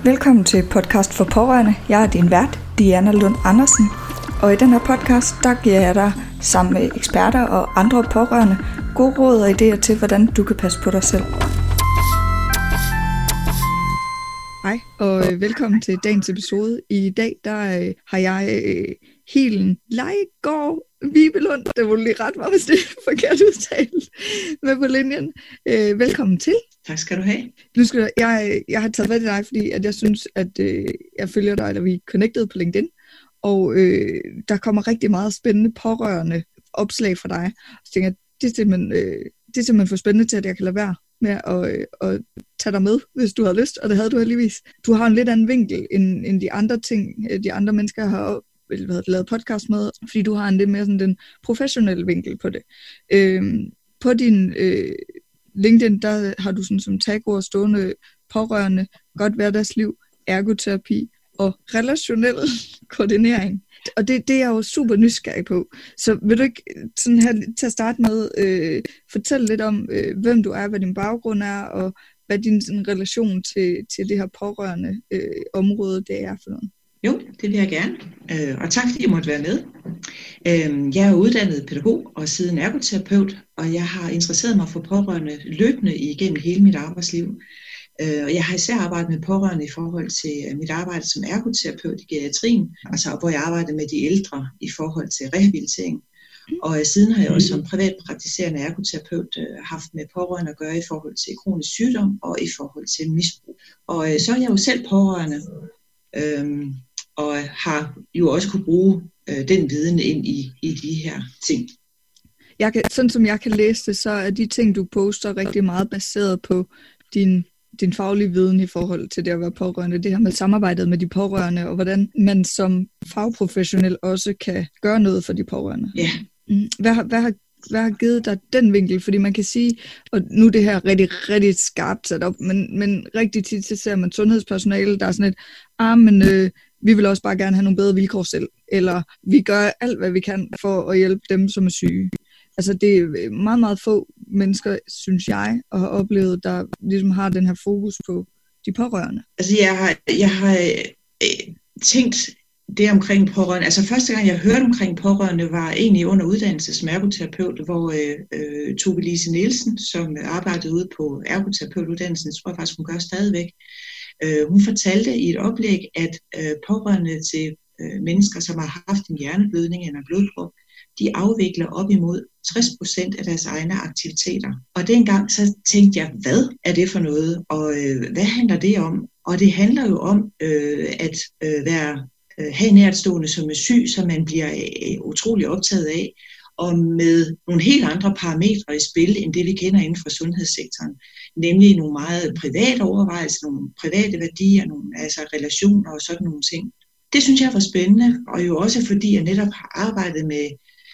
Velkommen til podcast for pårørende. Jeg er din vært, Diana Lund Andersen. Og i den her podcast, der giver jeg dig sammen med eksperter og andre pårørende gode råd og idéer til, hvordan du kan passe på dig selv. Hej og velkommen til dagens episode. I dag der har jeg Helen Leigård Vibelund, det må lige ret meget, hvis det er forkert udtalt, med på linjen. Velkommen til. Tak skal du have. Nu skal jeg har taget med dig, fordi at jeg synes, at jeg følger dig, eller vi er connected på LinkedIn, og der kommer rigtig meget spændende pårørende opslag fra dig. Så tænker jeg, det er simpelthen for spændende til, at jeg kan lade være med at tage dig med, hvis du har lyst, og det havde du heldigvis. Du har en lidt anden vinkel end de andre ting, de andre mennesker har lavet podcast med, fordi du har en lidt mere sådan den professionelle vinkel på det. På din LinkedIn, der har du sådan som tagord stående pårørende, godt hverdagsliv, ergoterapi og relationel koordinering. Og det er jeg jo super nysgerrig på. Så vil du ikke sådan her til at starte med fortælle lidt om, hvem du er, hvad din baggrund er, og hvad din sådan, relation til det her pårørende område det er for noget? Jo, det vil jeg gerne. Og tak fordi jeg måtte være med. Jeg er uddannet pædagog og siden ergoterapeut, og jeg har interesseret mig for pårørende løbende igennem hele mit arbejdsliv. Og jeg har især arbejdet med pårørende i forhold til mit arbejde som ergoterapeut i geriatrien, altså hvor jeg arbejder med de ældre i forhold til rehabilitering. Og siden har jeg også som privatpraktiserende ergoterapeut haft med pårørende at gøre i forhold til kronisk sygdom og i forhold til misbrug. Og så er jeg jo selv pårørende, og har jo også kunne bruge den viden ind i de her ting. Sådan som jeg kan læse det, så er de ting, du poster rigtig meget baseret på din faglige viden i forhold til det at være pårørende. Det her med samarbejdet med de pårørende, og hvordan man som fagprofessionel også kan gøre noget for de pårørende. Ja. Hvad har givet dig den vinkel? Fordi man kan sige, og nu er det her rigtig, rigtig skarpt sat op, men rigtig tit så ser man sundhedspersonale, der er sådan et, vi vil også bare gerne have nogle bedre vilkår selv, eller vi gør alt, hvad vi kan for at hjælpe dem, som er syge. Altså det er meget, meget få mennesker, synes jeg, og har oplevet, der ligesom har den her fokus på de pårørende. Altså jeg har tænkt det omkring pårørende. Altså første gang jeg hørte omkring pårørende var egentlig under uddannelse som ergoterapeut, hvor Tove Lise Nielsen, som arbejdede ude på ergoterapeutuddannelsen, tror jeg faktisk hun gør stadigvæk, hun fortalte i et oplæg, at pårørende til mennesker, som har haft en hjerneblødning eller blodprop, de afvikler op imod 60% af deres egne aktiviteter. Og dengang så tænkte jeg, hvad er det for noget, og hvad handler det om? Og det handler jo om at have en nærtstående, som er syg, som man bliver utrolig optaget af, og med nogle helt andre parametre i spil, end det vi kender inden for sundhedssektoren. Nemlig nogle meget private overvejelser, nogle private værdier, altså relationer og sådan nogle ting. Det synes jeg var spændende, og jo også fordi jeg netop har arbejdet med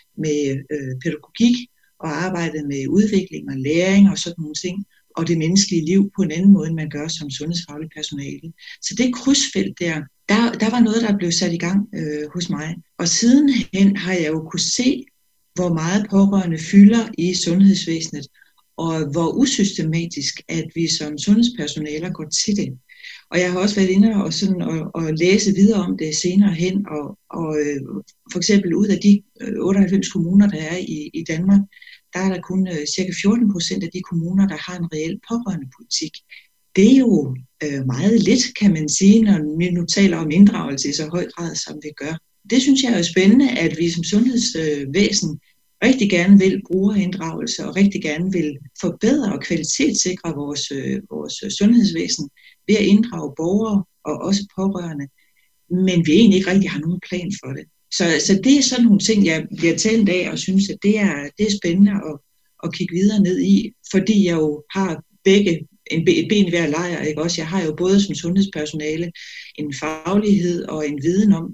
pædagogik og arbejdet med udvikling og læring og sådan nogle ting, og det menneskelige liv på en anden måde, end man gør som sundhedsfaglig personale. Så det krydsfelt der var noget, der blev sat i gang hos mig. Og sidenhen har jeg jo kunne se, hvor meget pårørende fylder i sundhedsvæsenet, og hvor usystematisk, at vi som sundhedspersonaler går til det. Og jeg har også været inde og læse videre om det senere hen, og for eksempel ud af de 98 kommuner, der er i Danmark, der er der kun cirka 14% af de kommuner, der har en reel pårørendepolitik. Det er jo meget lidt, kan man sige, når vi nu taler om inddragelse i så høj grad, som vi gør. Det synes jeg er spændende, at vi som sundhedsvæsen rigtig gerne vil brugerinddragelse og rigtig gerne vil forbedre og kvalitetssikre vores sundhedsvæsen ved at inddrage borgere og også pårørende, men vi egentlig ikke rigtig har nogen plan for det. Så det er sådan nogle ting, jeg bliver talt af og synes, at det er spændende at kigge videre ned i, fordi jeg jo har begge et ben i hver lejr, ikke også? Jeg har jo både som sundhedspersonale en faglighed og en viden om,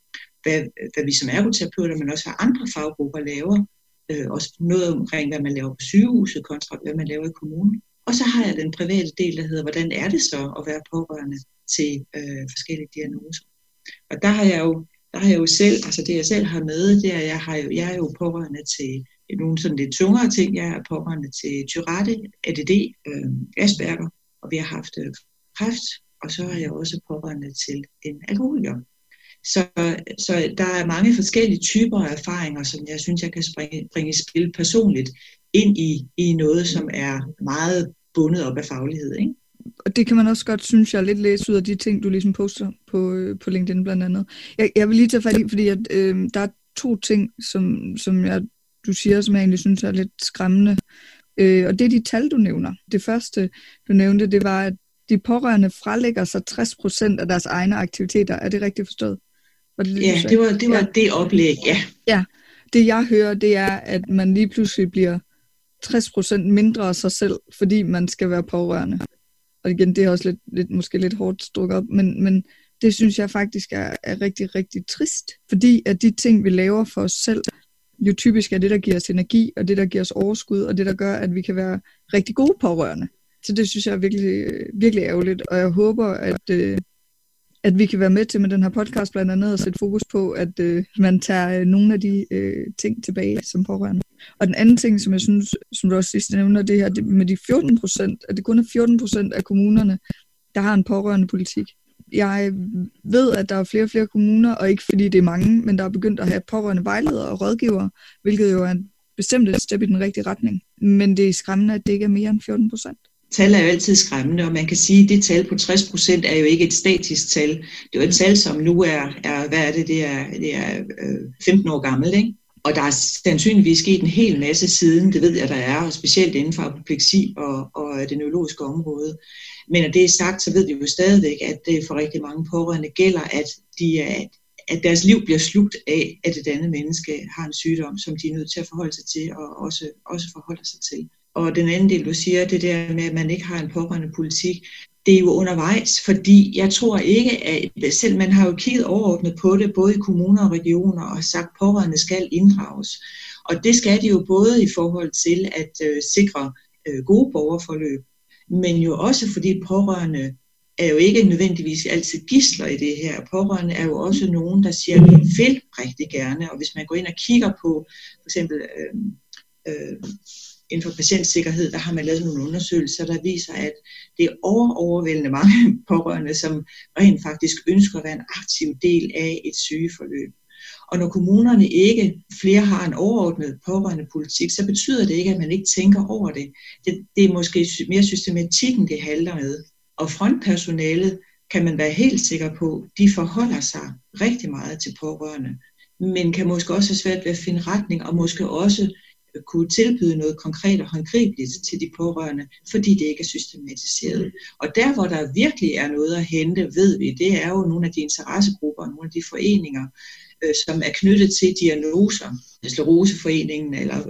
hvad vi som ergoterapeuter, men også hvad andre faggrupper laver. Også noget omkring, hvad man laver på sygehuset kontra hvad man laver i kommunen. Og så har jeg den private del, der hedder, hvordan er det så at være pårørende til forskellige diagnoser. Og der har jeg jo selv, altså det jeg selv har med, det er, jeg er jo pårørende til nogle sådan lidt tungere ting. Jeg er pårørende til Tourette, ADD, Asperger, og vi har haft kræft og så er jeg også pårørende til en alkoholiker. Så der er mange forskellige typer af erfaringer, som jeg synes, jeg kan bringe i spil personligt ind i noget, som er meget bundet op af faglighed, ikke? Og det kan man også godt, synes jeg, lidt læse ud af de ting, du ligesom poster på LinkedIn blandt andet. Jeg vil lige tage fat i, fordi at, der er 2 ting, som du siger, som jeg egentlig synes er lidt skræmmende. Og det er de tal, du nævner. Det første, du nævnte, det var, at de pårørende fralægger sig 60% af deres egne aktiviteter. Er det rigtigt forstået? Ja, det var det oplæg, ja. Ja, det jeg hører, det er, at man lige pludselig bliver 60% mindre af sig selv, fordi man skal være pårørende. Og igen, det er også måske lidt hårdt strukket op, men det synes jeg faktisk er rigtig, rigtig trist. Fordi at de ting, vi laver for os selv, jo typisk er det, der giver os energi, og det, der giver os overskud, og det, der gør, at vi kan være rigtig gode pårørende. Så det synes jeg er virkelig, virkelig ærgerligt, og jeg håber, at vi kan være med til med den her podcast blandt andet at sætte fokus på, at man tager nogle af de ting tilbage som pårørende. Og den anden ting, som jeg synes, som du også sidst nævner, det her det med de 14%, at det kun er 14% af kommunerne, der har en pårørende politik. Jeg ved, at der er flere og flere kommuner, og ikke fordi det er mange, men der er begyndt at have pårørende vejledere og rådgivere, hvilket jo er bestemt et step i den rigtige retning. Men det er skræmmende, at det ikke er mere end 14%. Tal er jo altid skræmmende, og man kan sige, at det tal på 60% er jo ikke et statisk tal. Det er jo et tal, som nu er hvad er det? Det er 15 år gammelt, ikke? Og der er sandsynligvis sket en hel masse siden, det ved jeg, der er, og specielt inden for apopleksi og det neurologiske område. Men når det er sagt, så ved vi jo stadigvæk, at det for rigtig mange pårørende gælder, at deres liv bliver slugt af, at et andet menneske har en sygdom, som de er nødt til at forholde sig til, og også forholder sig til. Og den anden del, du siger, det der med, at man ikke har en pårørende politik, det er jo undervejs, fordi jeg tror ikke, at selv man har jo kigget overordnet på det, både i kommuner og regioner, og sagt, at pårørende skal inddrages. Og det skal de jo både i forhold til at sikre gode borgerforløb, men jo også fordi pårørende er jo ikke nødvendigvis altid gidsler i det her. Pårørende er jo også nogen, der siger, at vi vil rigtig gerne, og hvis man går ind og kigger på for eksempel inden for patientsikkerhed, der har man lavet nogle undersøgelser, der viser, at det er overvældende mange pårørende, som rent faktisk ønsker at være en aktiv del af et sygeforløb. Og når kommunerne ikke flere har en overordnet pårørende politik, så betyder det ikke, at man ikke tænker over det. Det er måske mere systematikken, det handler med. Og frontpersonalet kan man være helt sikker på, de forholder sig rigtig meget til pårørende, men kan måske også have svært ved at finde retning, og måske også kunne tilbyde noget konkret og håndgribeligt til de pårørende, fordi det ikke er systematiseret. Og der, hvor der virkelig er noget at hente, ved vi, det er jo nogle af de interessegrupper, nogle af de foreninger, som er knyttet til diagnoser, Skleroseforeningen eller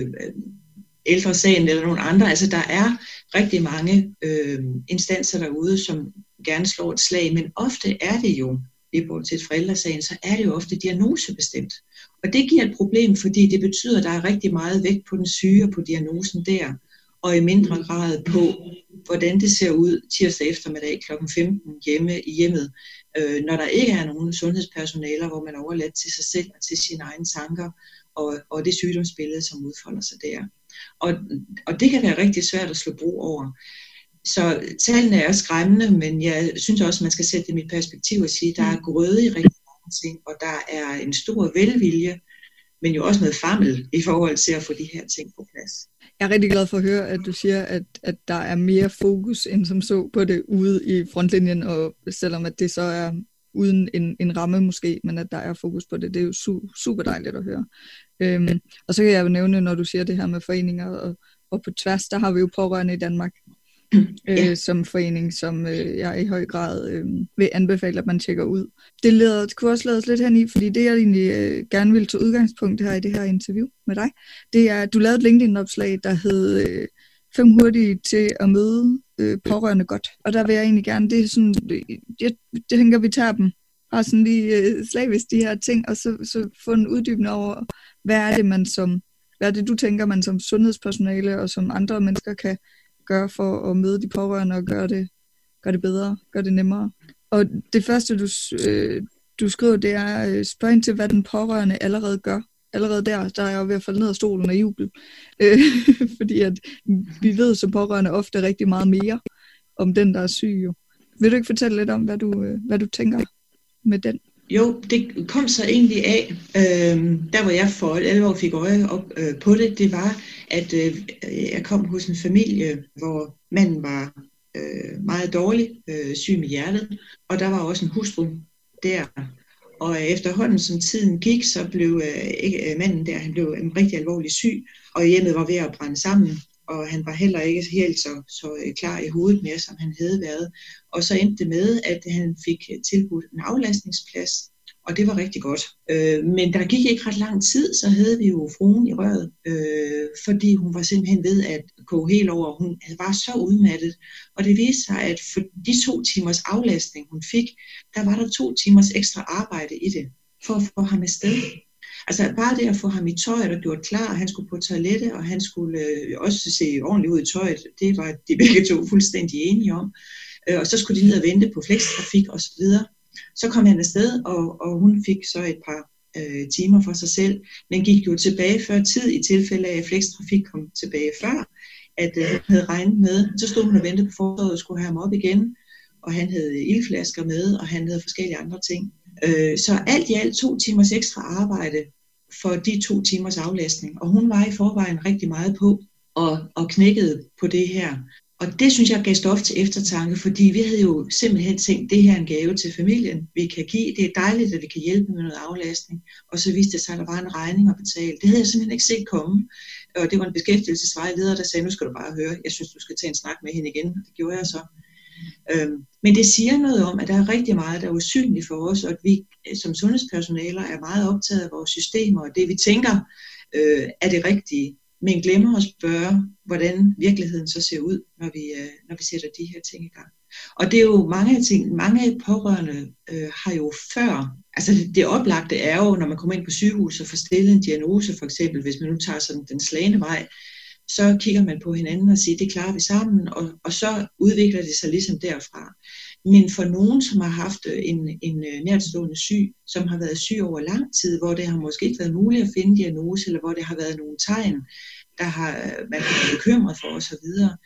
Ældresagen eller nogle andre. Altså der er rigtig mange instanser derude, som gerne slår et slag, men ofte er det jo, i bortset fra Ældresagen, så er det jo ofte diagnosebestemt. Og det giver et problem, fordi det betyder, at der er rigtig meget vægt på den syge og på diagnosen der, og i mindre grad på, hvordan det ser ud tirsdag eftermiddag kl. 15 hjemme i hjemmet, når der ikke er nogen sundhedspersonaler, hvor man er overladt til sig selv og til sine egne tanker, og det sygdomsbillede, som udfolder sig der. Og det kan være rigtig svært at slå bro over. Så tallene er skræmmende, men jeg synes også, man skal sætte det i mit perspektiv og sige, at der er grøde i rigtig mange ting, og der er en stor velvilje, men jo også noget fammel i forhold til at få de her ting på plads. Jeg er rigtig glad for at høre, at du siger, at der er mere fokus end som så på det ude i frontlinjen, og selvom at det så er uden en ramme måske, men at der er fokus på det. Det er jo super dejligt at høre. Og så kan jeg jo nævne, når du siger det her med foreninger, og på tværs, der har vi jo pårørende i Danmark, som forening, som jeg i høj grad vil anbefale, at man tjekker ud. Det kunne også lades lidt hen i, fordi det jeg egentlig gerne vil tage udgangspunkt her i det her interview med dig, det er, at du lavede et LinkedIn-opslag, der hed 5 hurtige til at møde pårørende godt. Og der vil jeg egentlig gerne, det er sådan, jeg tænker, vi tager dem bare sådan lige slavisk de her ting, og så få en uddybning over, hvad er det du tænker, man som sundhedspersonale og som andre mennesker kan gøre for at møde de pårørende og gøre det bedre, gøre det nemmere. Og det første, du skriver, det er spørg ind til, hvad den pårørende allerede gør. Allerede der er jeg jo ved at falde ned af stolen af jubel. Fordi at vi ved som pårørende ofte rigtig meget mere om den, der er syg. Jo. Vil du ikke fortælle lidt om, hvad du tænker med den? Jo, det kom så egentlig af, der hvor jeg for alvor fik øje op på det, det var, at jeg kom hos en familie, hvor manden var meget dårlig, syg med hjertet, og der var også en hustru der. Og efterhånden som tiden gik, så blev manden der, han blev rigtig alvorligt syg, og hjemmet var ved at brænde sammen, og han var heller ikke helt så klar i hovedet mere, som han havde været. Og så endte det med, at han fik tilbudt en aflastningsplads, og det var rigtig godt. Men der gik ikke ret lang tid, så havde vi jo fruen i røret, fordi hun var simpelthen ved at gå helt over. Hun var så udmattet, og det viste sig, at for de 2 timers aflastning, hun fik, der var der 2 timers ekstra arbejde i det, for at få ham afsted. Altså bare det at få ham i tøjet og gjort klar, han skulle på toilettet, og han skulle også se ordentligt ud i tøjet, det var de begge to fuldstændig enige om. Og så skulle de ned og vente på flextrafik og så videre. Så kom han afsted, og hun fik så et par timer for sig selv, men gik jo tilbage før tid i tilfælde af, at flextrafik kom tilbage før, at han havde regnet med. Så stod hun og ventede på fortovet og skulle have ham op igen, og han havde ildflasker med, og han havde forskellige andre ting. Så alt i alt 2 timers ekstra arbejde for de 2 timers aflastning, og hun var i forvejen rigtig meget på og knækkede på det her. Og det synes jeg gav stof til eftertanke, fordi vi havde jo simpelthen tænkt, det her er en gave til familien, vi kan give. Det er dejligt, at vi kan hjælpe med noget aflastning. Og så viste det sig, at der var en regning at betale. Det havde jeg simpelthen ikke set komme. Og det var en beskæftigelsesvejleder, der sagde, nu skal du bare høre, jeg synes, du skal tage en snak med hende igen. Det gjorde jeg så. Men det siger noget om, at der er rigtig meget, der er usynligt for os, og at vi som sundhedspersonaler er meget optaget af vores systemer, og det vi tænker er det rigtige. Men glemmer at spørge, hvordan virkeligheden så ser ud, når vi sætter de her ting i gang. Og det er jo mange ting. Mange pårørende har jo før, altså det oplagte er jo, når man kommer ind på sygehus og får stillet en diagnose, for eksempel, hvis man nu tager sådan den slagne vej, så kigger man på hinanden og siger, det klarer vi sammen, og så udvikler det sig ligesom derfra. Men for nogen, som har haft en nærtstående syg, som har været syg over lang tid, hvor det har måske ikke været muligt at finde diagnose, eller hvor det har været nogle tegn, man kan være bekymret for osv.,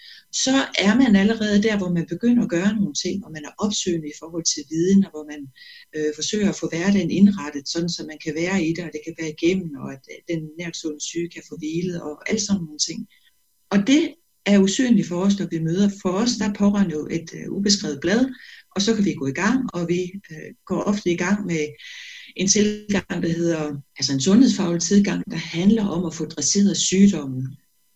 så er man allerede der, hvor man begynder at gøre nogle ting, og man er opsøgende i forhold til viden, og hvor man forsøger at få hverdagen indrettet, sådan så man kan være i det, og det kan være igennem, og at den nærtstående syge kan få hvilet, og alt sådan nogle ting. Og det er usynligt for os, når vi møder. For os, der pårørende jo et ubeskrevet blad, og så kan vi gå i gang, og vi går ofte i gang med en tilgang, der hedder, altså en sundhedsfaglig tilgang, der handler om at få dresseret sygdommen,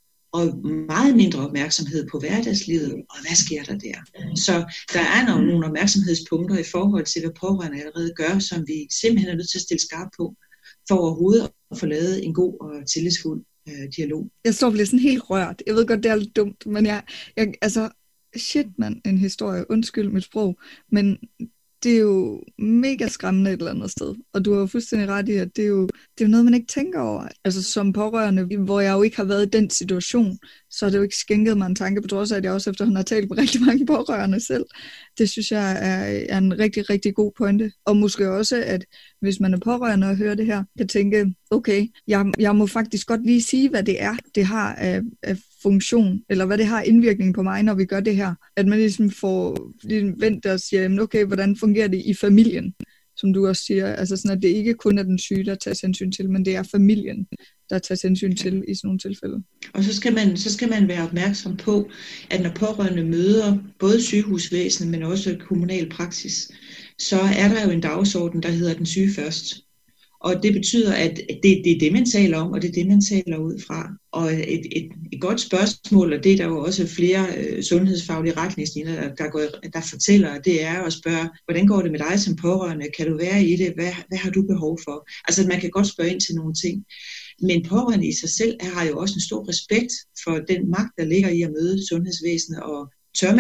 og meget mindre opmærksomhed på hverdagslivet, og hvad sker der der? Så der er nogle opmærksomhedspunkter i forhold til, hvad pårørende allerede gør, som vi simpelthen er nødt til at stille skarpt på, for overhovedet at få lavet en god og tillidsfuld dialog. Jeg står og bliver sådan helt rørt. Jeg ved godt, det er lidt dumt, men altså, shit mand, en historie. Undskyld mit sprog, men det er jo mega skræmmende et eller andet sted. Og du har jo fuldstændig ret i, at det er jo noget, man ikke tænker over. Altså som pårørende, hvor jeg jo ikke har været i den situation, så har det jo ikke skænket mig en tanke, på trods af, at jeg også efterhånden har talt med rigtig mange pårørende selv. Det synes jeg er en rigtig, rigtig god pointe. Og måske også, at hvis man er pårørende og hører det her, kan tænke, okay, jeg må faktisk godt lige sige, hvad det er, det har af funktion, eller hvad det har indvirkning på mig, når vi gør det her. At man ligesom får vendt og siger, okay, hvordan fungerer det i familien, som du også siger. Altså sådan, at det ikke kun er den syge, der tager hensyn til, men det er familien, der tager hensyn til i sådan nogle tilfælde. Og så skal man være opmærksom på, at når pårørende møder både sygehusvæsenet, men også kommunal praksis, så er der jo en dagsorden, der hedder den syge først. Og det betyder, at det er det, man taler om, og det er det, man taler ud fra. Og et godt spørgsmål, og det er der jo også flere sundhedsfaglige retningslinjer, der fortæller, det er at spørge, hvordan går det med dig som pårørende? Kan du være i det? Hvad har du behov for? Altså, man kan godt spørge ind til nogle ting. Men pårørende i sig selv har jo også en stor respekt for den magt, der ligger i at møde sundhedsvæsenet, og tør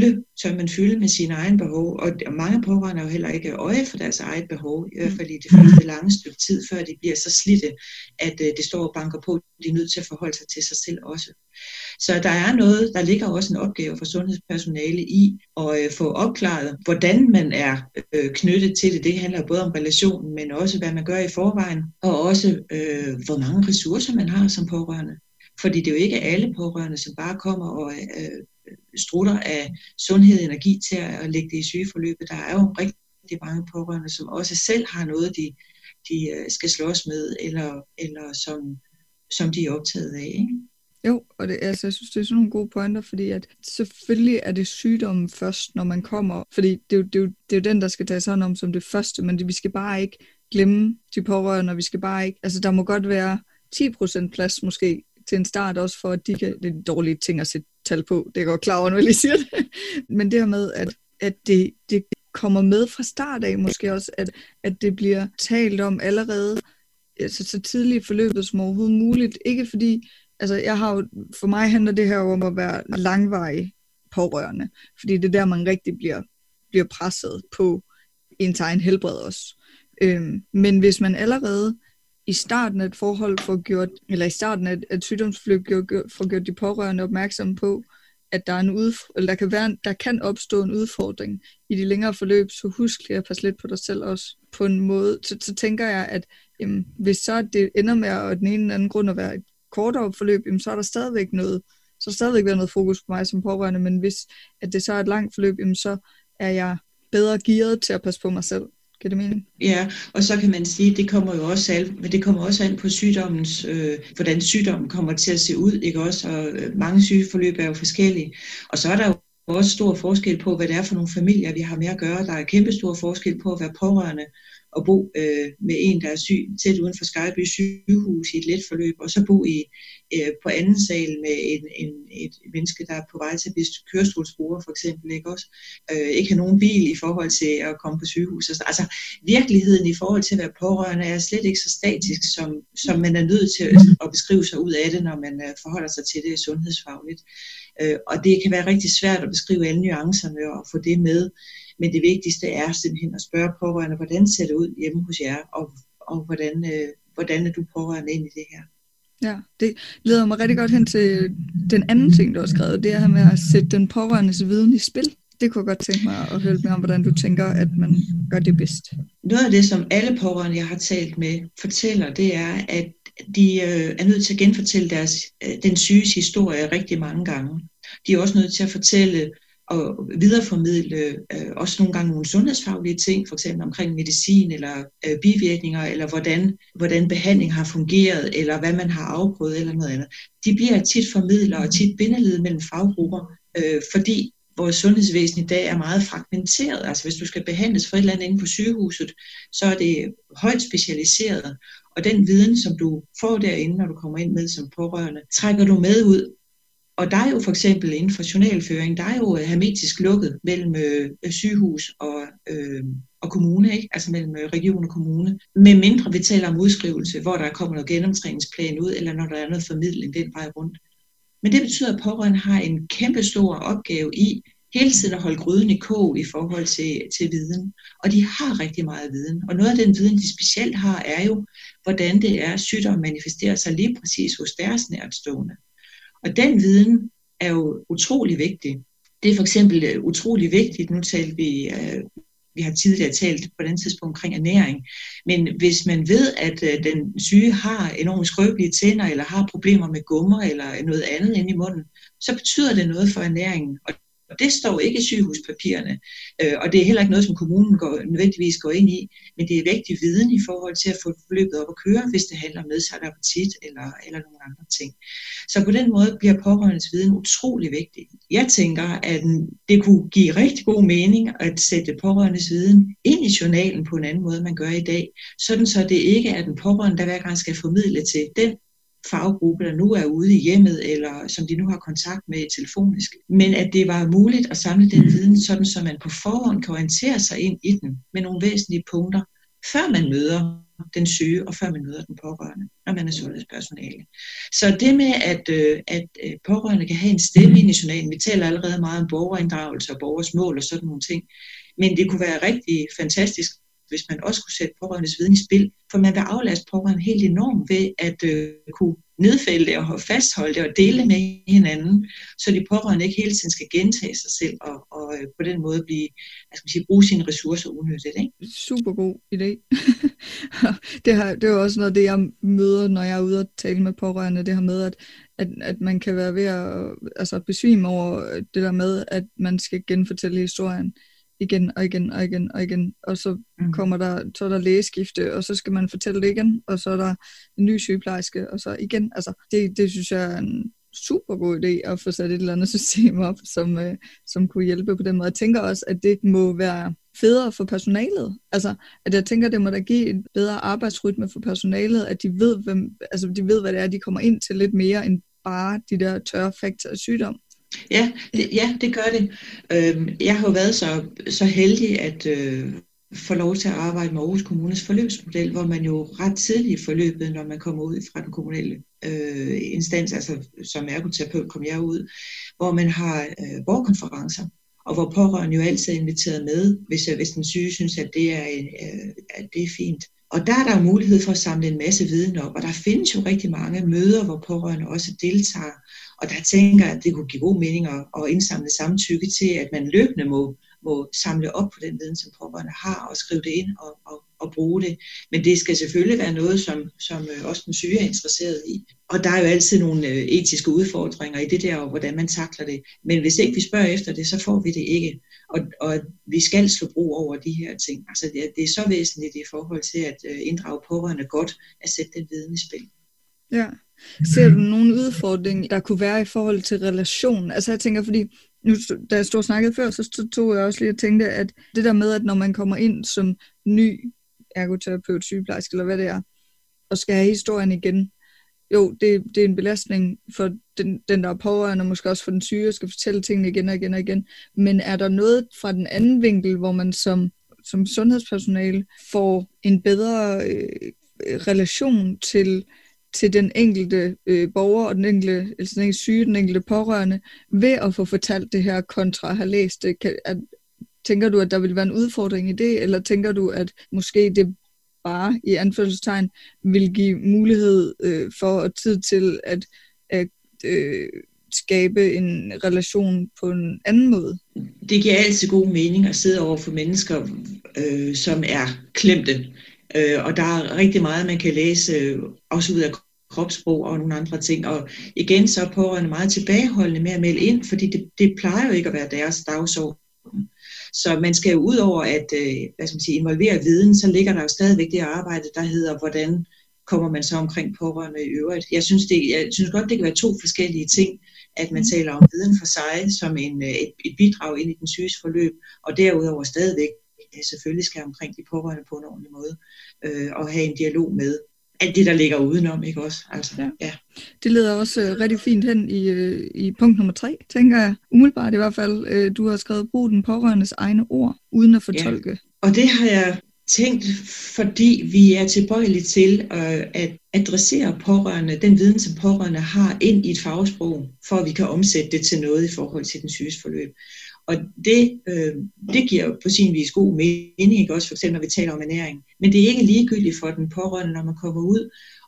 man fylde med sine egne behov, og mange pårørende har jo heller ikke øje for deres eget behov, i hvert fald i det første lange stykke tid, før de bliver så slidte, at det står og banker på, de er nødt til at forholde sig til sig selv også. Så der ligger også en opgave for sundhedspersonale i at få opklaret, hvordan man er knyttet til det. Det handler både om relationen, men også hvad man gør i forvejen, og også hvor mange ressourcer man har som pårørende. Fordi det er jo ikke alle pårørende, som bare kommer og strutter af sundhed og energi til at lægge det i sygeforløbet. Der er jo rigtig mange pårørende, som også selv har noget, de skal slås med, eller som de er optaget af, ikke? Jo, og jeg synes, det er sådan nogle gode pointer, fordi at selvfølgelig er det sygdommen først, når man kommer, fordi det er jo den, der skal tages hånd om som det første, men vi skal bare ikke glemme de pårørende, og vi skal bare ikke, altså der må godt være 10% plads måske til en start også, for at de kan, det er dårlige ting at sætte tal på, det er godt klar over, når jeg lige siger det, men det her med, at det kommer med fra start af, måske også, at det bliver talt om allerede, altså så tidligt i forløbet som overhovedet muligt, ikke fordi, altså for mig handler det her om at være langvarig pårørende, fordi det er der, man rigtig bliver presset på ens egen helbred også. Men hvis man allerede i starten af et forhold eller i starten af et sygdomsforløb får gjort de pårørende opmærksomme på, at der kan opstå en udfordring i de længere forløb, så husk lige at passe lidt på dig selv også på en måde. Så tænker jeg, at hvis så det ender med at den ene eller anden grund at være et kortere forløb, så er der stadigvæk været noget fokus på mig som pårørende, men hvis at det så er et langt forløb, så er jeg bedre gearet til at passe på mig selv. Giver det mening? Ja, og så kan man sige, at det kommer jo også an på sygdommens, hvordan sygdommen kommer til at se ud, ikke også? Og mange sygeforløb er jo forskellige. Og så er der jo også stor forskel på, hvad det er for nogle familier, vi har med at gøre. Der er kæmpe stor forskel på at være pårørende og bo med en, der er syg, tæt uden for Skejby sygehus i et let forløb, og så bo på anden sal med et menneske, der er på vej til at blive kørestolsbruger for eksempel, ikke også? Ikke have nogen bil i forhold til at komme på sygehus. Altså virkeligheden i forhold til at være pårørende er slet ikke så statisk, som man er nødt til at beskrive sig ud af det, når man forholder sig til det sundhedsfagligt. Og det kan være rigtig svært at beskrive alle nuancerne og få det med. Men det vigtigste er simpelthen at spørge pårørende, hvordan ser det ud hjemme hos jer, og hvordan er du pårørende ind i det her? Ja, det leder mig rigtig godt hen til den anden ting, du har skrevet, det her med at sætte den pårørendes viden i spil. Det kunne jeg godt tænke mig at høre mere om, hvordan du tænker, at man gør det bedst. Noget af det, som alle pårørende, jeg har talt med, fortæller, det er, at de er nødt til at genfortælle den syges historie rigtig mange gange. De er også nødt til at fortælle og videreformidle også nogle gange nogle sundhedsfaglige ting, for eksempel omkring medicin eller bivirkninger, eller hvordan behandling har fungeret, eller hvad man har afprøvet, eller noget andet. De bliver tit formidlere og tit bindeled mellem faggrupper, fordi vores sundhedsvæsen i dag er meget fragmenteret. Altså hvis du skal behandles for et eller andet inde på sygehuset, så er det højt specialiseret, og den viden, som du får derinde, når du kommer ind med som pårørende, trækker du med ud. Og der er jo for eksempel inden for journalføring, der er jo hermetisk lukket mellem sygehus og kommune, ikke? Altså mellem region og kommune. Med mindre vi taler om udskrivelse, hvor der kommer noget genoptræningsplan ud, eller når der er noget formidling den vej rundt. Men det betyder, at pårørende har en kæmpe stor opgave i hele tiden at holde gryden i kog i forhold til viden. Og de har rigtig meget viden. Og noget af den viden, de specielt har, er jo, hvordan det er, sygdom manifesterer sig lige præcis hos deres nærtstående. Og den viden er jo utrolig vigtig. Det er for eksempel utrolig vigtigt, nu talte vi har tidligere talt på den tidspunkt omkring ernæring, men hvis man ved, at den syge har enormt skrøbelige tænder, eller har problemer med gummer, eller noget andet inde i munden, så betyder det noget for ernæringen. Og det står ikke i sygehuspapirerne, og det er heller ikke noget, som kommunen nødvendigvis går ind i, men det er vigtig viden i forhold til at få forløbet op at køre, hvis det handler om nedsat appetit eller nogle andre ting. Så på den måde bliver pårørendes viden utrolig vigtig. Jeg tænker, at det kunne give rigtig god mening at sætte pårørendes viden ind i journalen på en anden måde, man gør i dag, sådan så det ikke er den pårørende, der hver gang skal formidle til den faggruppe, der nu er ude i hjemmet, eller som de nu har kontakt med telefonisk. Men at det var muligt at samle den viden, sådan så man på forhånd kan orientere sig ind i den med nogle væsentlige punkter, før man møder den syge, og før man møder den pårørende, når man er sundhedspersonale. Så det med, at pårørende kan have en stemme ind i journalen, vi taler allerede meget om borgerinddragelse og borgers mål og sådan nogle ting, men det kunne være rigtig fantastisk, hvis man også kunne sætte pårørendes viden i spil, for man vil aflaste pårørende helt enormt ved at kunne nedfælde det og fastholde det og dele det med hinanden, så de pårørende ikke hele tiden skal gentage sig selv og på den måde bruge sine ressourcer unødigt. Ikke? Super god idé. Det er jo også noget af det, jeg møder, når jeg er ude og tale med pårørende, det her med, at man kan være ved at besvime over det der med, at man skal genfortælle historien igen og igen og igen og igen, og så så er der lægeskifte, og så skal man fortælle det igen, og så er der en ny sygeplejerske, og så igen. Altså, det synes jeg er en super god idé at få sat et eller andet system op, som kunne hjælpe på den måde. Jeg tænker også, at det må være federe for personalet. Altså, at jeg tænker, det må da give en bedre arbejdsrytme for personalet, at de ved, hvad det er, de kommer ind til lidt mere, end bare de der tørre fakta af sygdom. Ja, det gør det. Jeg har jo været så heldig at få lov til at arbejde med Aarhus Kommunes forløbsmodel, hvor man jo ret tidligt i forløbet, når man kommer ud fra den kommunale instans, altså som ergoterapeut kom jeg ud, hvor man har borgerkonferencer, og hvor pårørende jo altid er inviteret med, hvis den syge synes, at det er fint. Og der er der jo mulighed for at samle en masse viden op, og der findes jo rigtig mange møder, hvor pårørende også deltager. Og der tænker jeg, at det kunne give god mening at indsamle samtykke til, at man løbende må samle op på den viden, som pårørende har, og skrive det ind og bruge det. Men det skal selvfølgelig være noget, som også den syge er interesseret i. Og der er jo altid nogle etiske udfordringer i det der, og hvordan man takler det. Men hvis ikke vi spørger efter det, så får vi det ikke. Og vi skal slå brug over de her ting. Altså det er så væsentligt i forhold til at inddrage pårørende godt, at sætte den viden i spil. Ja. Ser du nogle udfordringer, der kunne være i forhold til relation? Altså jeg tænker, fordi nu, da jeg stod og snakkede før, så tog jeg også lige og tænkte, at det der med, at når man kommer ind som ny ergoterapeut, sygeplejerske eller hvad det er, og skal have historien igen, jo, det er en belastning for den der er pårørende, og måske også for den syge, og skal fortælle tingene igen og igen og igen. Men er der noget fra den anden vinkel, hvor man som sundhedspersonale får en bedre relation til den enkelte borger og den enkelte syge, den enkelte pårørende, ved at få fortalt det her kontra at have læst det? Tænker du, at der vil være en udfordring i det, eller tænker du, at måske det bare i anførselstegn vil give mulighed for og tid til at skabe en relation på en anden måde? Det giver altid god mening at sidde over for mennesker, som er klemte. Og der er rigtig meget, man kan læse også ud af kropssprog og nogle andre ting. Og igen, så er pårørende meget tilbageholdende med at melde ind, fordi det plejer jo ikke at være deres dagsorden. Så man skal jo ud over at involvere viden, så ligger der jo stadigvæk det arbejde, der hedder, hvordan kommer man så omkring pårørende i øvrigt. Jeg synes godt, det kan være to forskellige ting, at man taler om viden for sig som et bidrag ind i den syges forløb, og derudover stadigvæk selvfølgelig skal omkring de pårørende på en ordentlig måde, og have en dialog med alt det, der ligger udenom, ikke også? Altså, ja. Det leder også rigtig fint hen i punkt nummer 3, tænker jeg. Umiddelbart i hvert fald, du har skrevet, brug den pårørendes egne ord, uden at fortolke. Ja. Og det har jeg tænkt, fordi vi er tilbøjelige til at adressere pårørende, den viden, som pårørende har, ind i et fagsprog, for at vi kan omsætte det til noget i forhold til den syges forløb. Og det giver på sin vis god mening, ikke også, for eksempel når vi taler om ernæring. Men det er ikke ligegyldigt for den pårørende, når man kommer ud,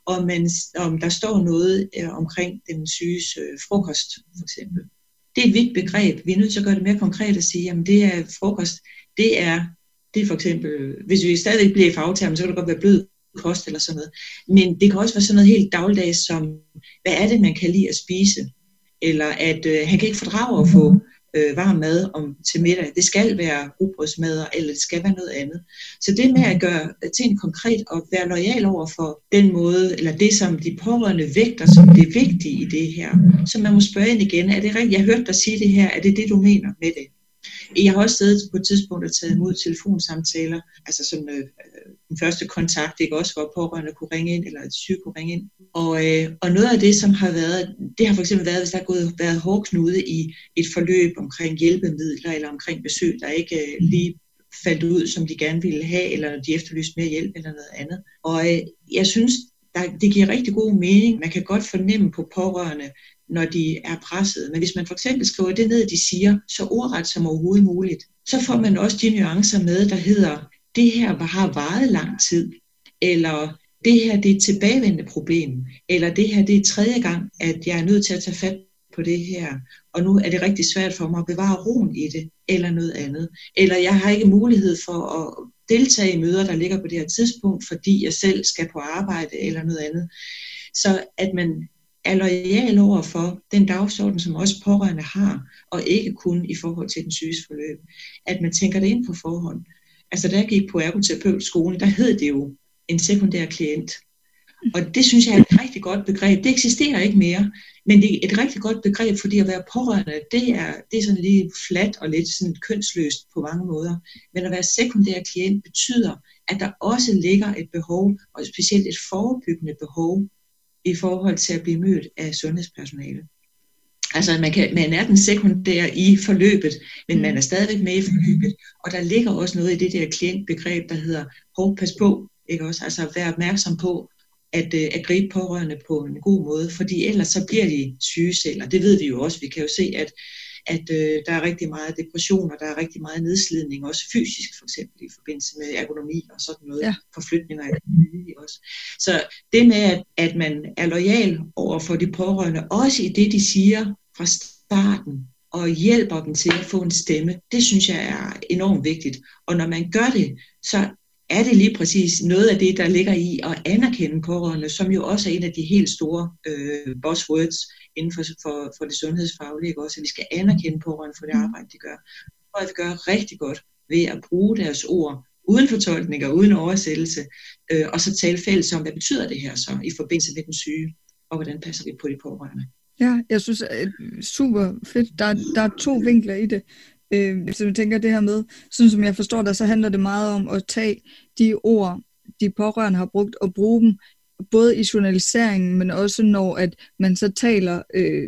om der står noget omkring den syges frokost, for eksempel. Det er et vidt begreb. Vi er nødt til at gøre det mere konkret at sige, at det er frokost. Det er for eksempel, hvis vi stadig bliver i fagtermen, så kan det godt være blød kost eller sådan noget. Men det kan også være sådan noget helt dagligdags som, hvad er det, man kan lide at spise? Eller at han kan ikke fordrage at få varm mad til middag. Det skal være rugbrødsmad, eller det skal være noget andet. Så det med at gøre ting konkret og være loyal over for den måde, eller det som de pårørende vægter som det vigtige i det her, så man må spørge ind igen, er det rigtigt? Jeg hørte dig sige det her, er det du mener med det? Jeg har også siddet på et tidspunkt og taget imod telefonsamtaler, altså sådan den første kontakt, ikke også, hvor pårørende kunne ringe ind, eller et syge kunne ringe ind. Og noget af det, som har været, det har for eksempel været, hvis der har været hårdknude i et forløb omkring hjælpemidler, eller omkring besøg, der ikke lige faldt ud, som de gerne ville have, eller de efterlyste mere hjælp, eller noget andet. Og jeg synes, det giver rigtig god mening. Man kan godt fornemme på pårørende, når de er presset. Men hvis man for eksempel skriver det ned, de siger, så ordret som overhovedet muligt, så får man også de nuancer med, der hedder, det her har varet lang tid, eller det her det er et tilbagevendende problem, eller det her det er tredje gang, at jeg er nødt til at tage fat på det her, og nu er det rigtig svært for mig at bevare roen i det, eller noget andet. Eller jeg har ikke mulighed for at deltage i møder, der ligger på det her tidspunkt, fordi jeg selv skal på arbejde, eller noget andet. Så at man er lojal over for den dagsorden, som også pårørende har, og ikke kun i forhold til den syges forløb. At man tænker det ind på forhånd. Altså da jeg gik på ergoterapeutskolen, der hed det jo en sekundær klient. Og det synes jeg er et rigtig godt begreb. Det eksisterer ikke mere, men det er et rigtig godt begreb, fordi at være pårørende, det er sådan lige fladt og lidt sådan kønsløst på mange måder. Men at være sekundær klient betyder, at der også ligger et behov, og specielt et forebyggende behov, i forhold til at blive mødt af sundhedspersonale. Altså man er den sekundære i forløbet, men man er stadigvæk med i forløbet, og der ligger også noget i det der klientbegreb, der hedder pas på, ikke også? Altså være opmærksom på, at gribe pårørende på en god måde, fordi ellers så bliver de sygeceller. Det ved vi jo også. Vi kan jo se, at der er rigtig meget depression, og der er rigtig meget nedslidning, også fysisk for eksempel i forbindelse med ergonomi og sådan noget, forflytninger af det også. Så det med, at man er lojal over for de pårørende, også i det, de siger fra starten, og hjælper dem til at få en stemme, det synes jeg er enormt vigtigt. Og når man gør det, så er det lige præcis noget af det, der ligger i at anerkende pårørende, som jo også er en af de helt store buzzwords inden for det sundhedsfaglige, ikke også? At vi skal anerkende pårørende for det arbejde, de gør. Og at vi gør rigtig godt ved at bruge deres ord, uden fortolkning og uden oversættelse, og så tale fælles om, hvad betyder det her så i forbindelse med den syge, og hvordan passer vi på de pårørende. Ja, jeg synes, super fedt. Der er 2 vinkler i det. Så jeg tænker det her med, sådan som jeg forstår det, så handler det meget om at tage de ord, de pårørende har brugt, og bruge dem både i journaliseringen, men også når at man så taler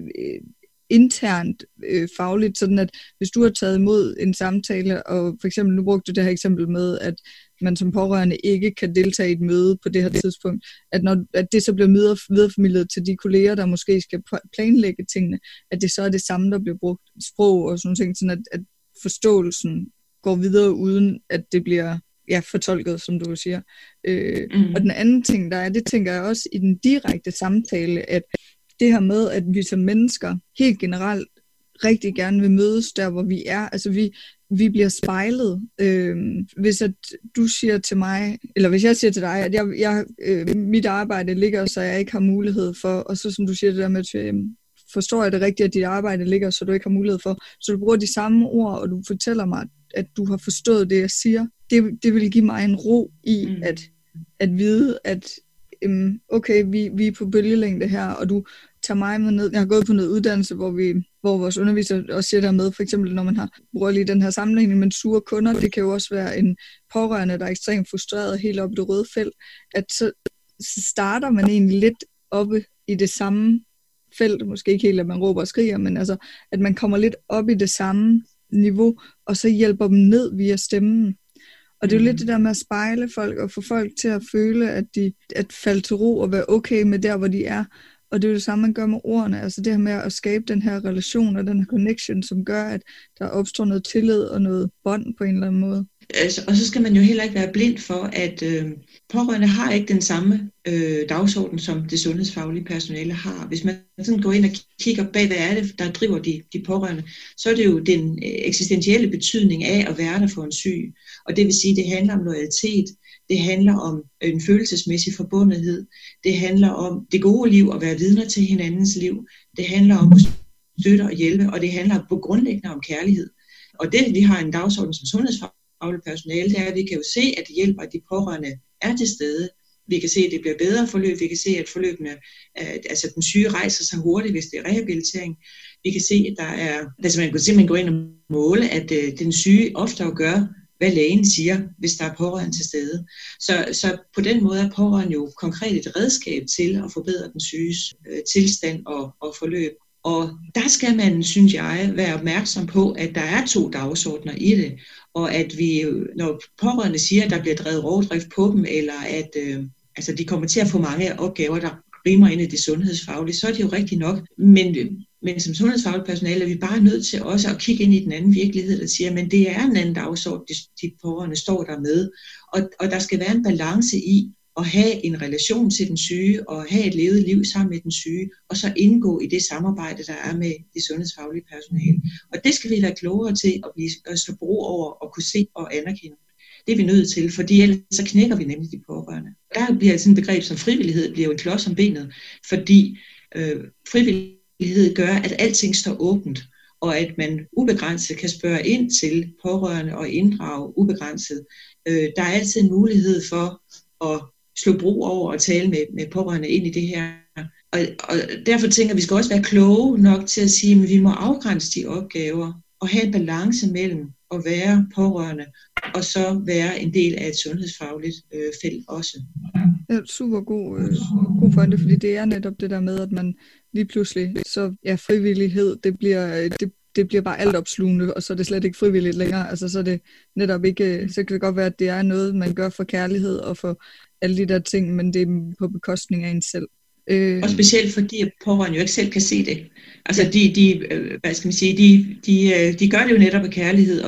internt fagligt, sådan at hvis du har taget imod en samtale, og for eksempel nu brugte du det her eksempel med, at man som pårørende ikke kan deltage i et møde på det her tidspunkt, at det så bliver videreformidlet til de kolleger, der måske skal planlægge tingene, at det så er det samme, der bliver brugt sprog og sådan ting, sådan at forståelsen går videre, uden at det bliver fortolket, som du siger. Og den anden ting, der er, det tænker jeg også i den direkte samtale, at det her med, at vi som mennesker helt generelt rigtig gerne vil mødes der, hvor vi er. Altså vi bliver spejlet. Hvis at du siger til mig, eller hvis jeg siger til dig, at mit arbejde ligger, så jeg ikke har mulighed for, og så som du siger det der med, forstår jeg det rigtigt, at dit arbejde ligger, så du ikke har mulighed for, så du bruger de samme ord, og du fortæller mig, at du har forstået det, jeg siger. Det vil give mig en ro i at vide, at okay, vi er på bølgelængde her, og du tager mig med ned. Jeg har gået på noget uddannelse, hvor vores underviser også siger der med, for eksempel når man bruger lige den her sammenligning med sure kunder, det kan jo også være en pårørende, der er ekstremt frustreret helt oppe i det røde felt, at så starter man egentlig lidt oppe i det samme felt, måske ikke helt, at man råber og skriger, men altså, at man kommer lidt op i det samme niveau, og så hjælper dem ned via stemmen. Og det er jo lidt det der med at spejle folk, og få folk til at føle, at falde til ro og være okay med der, hvor de er. Og det er jo det samme, man gør med ordene. Altså det her med at skabe den her relation og den her connection, som gør, at der opstår noget tillid og noget bånd på en eller anden måde. Altså, og så skal man jo heller ikke være blind for, at pårørende har ikke den samme dagsorden, som det sundhedsfaglige personale har. Hvis man sådan går ind og kigger bag, hvad er det, der driver de pårørende, så er det jo den eksistentielle betydning af at være der for en syg. Og det vil sige, det handler om loyalitet, det handler om en følelsesmæssig forbundethed, det handler om det gode liv og være vidner til hinandens liv, det handler om at støtte og hjælpe, og det handler på grundlæggende om kærlighed. Og det, vi har en dagsorden som sundhedsfagligt personale, det er, at vi kan jo se, at det hjælper, at de pårørende er til stede. Vi kan se, at det bliver bedre forløb. Vi kan se, at forløbene, altså den syge rejser sig hurtigt, hvis det er rehabilitering. Vi kan se, at der er, altså man kan simpelthen gå ind og måle, at den syge oftere gør, hvad lægen siger, hvis der er pårørende til stede. Så på den måde er pårørende jo konkret et redskab til at forbedre den syges tilstand og forløb. Og der skal man, synes jeg, være opmærksom på, at der er 2 dagsordner i det, og at vi, når pårørende siger, at der bliver drevet rovdrift på dem, eller at altså de kommer til at få mange opgaver, der rimer ind i det sundhedsfaglige, så er det jo rigtigt nok. Men som sundhedsfagligt personale er vi bare nødt til også at kigge ind i den anden virkelighed, der siger, men det er en anden dagsorden, de pårørende står der med. Og der skal være en balance i at have en relation til den syge, og have et levet liv sammen med den syge, og så indgå i det samarbejde, der er med det sundhedsfaglige personale. Og det skal vi være klogere til at slå bro over og kunne se og anerkende. Det er vi nødt til, fordi ellers så knækker vi nemlig de pårørende. Der bliver sådan et begreb som frivillighed, bliver jo en klods om benet, fordi Frivillighed gør, at alting står åbent, og at man ubegrænset kan spørge ind til pårørende og inddrage ubegrænset. Der er altid en mulighed for at slå bro over og tale med pårørende ind i det her. Og derfor tænker jeg, at vi skal også være kloge nok til at sige, at vi må afgrænse de opgaver og have en balance mellem at være pårørende og så være en del af et sundhedsfagligt felt også. Ja, super god pointe, fordi det er netop det der med, at man lige pludselig, så frivillighed, det bliver bare altopslugende, og så er det slet ikke frivilligt længere. Altså så er det netop ikke, så kan det godt være, at det er noget, man gør for kærlighed og for alle de der ting, men det er på bekostning af en selv. Og specielt fordi pårørende jo ikke selv kan se det. Altså hvad skal man sige, de gør det jo netop af kærlighed,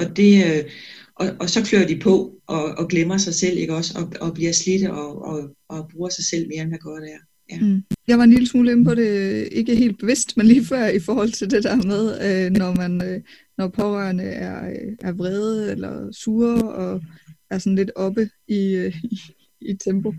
og så klør de på og glemmer sig selv, ikke også, og bliver slidte og bruger sig selv mere end hvad godt er. Ja. Jeg var en lille smule inde på det, ikke helt bevidst, men lige før i forhold til det der med, når pårørende er vrede eller sure og er sådan lidt oppe i tempo.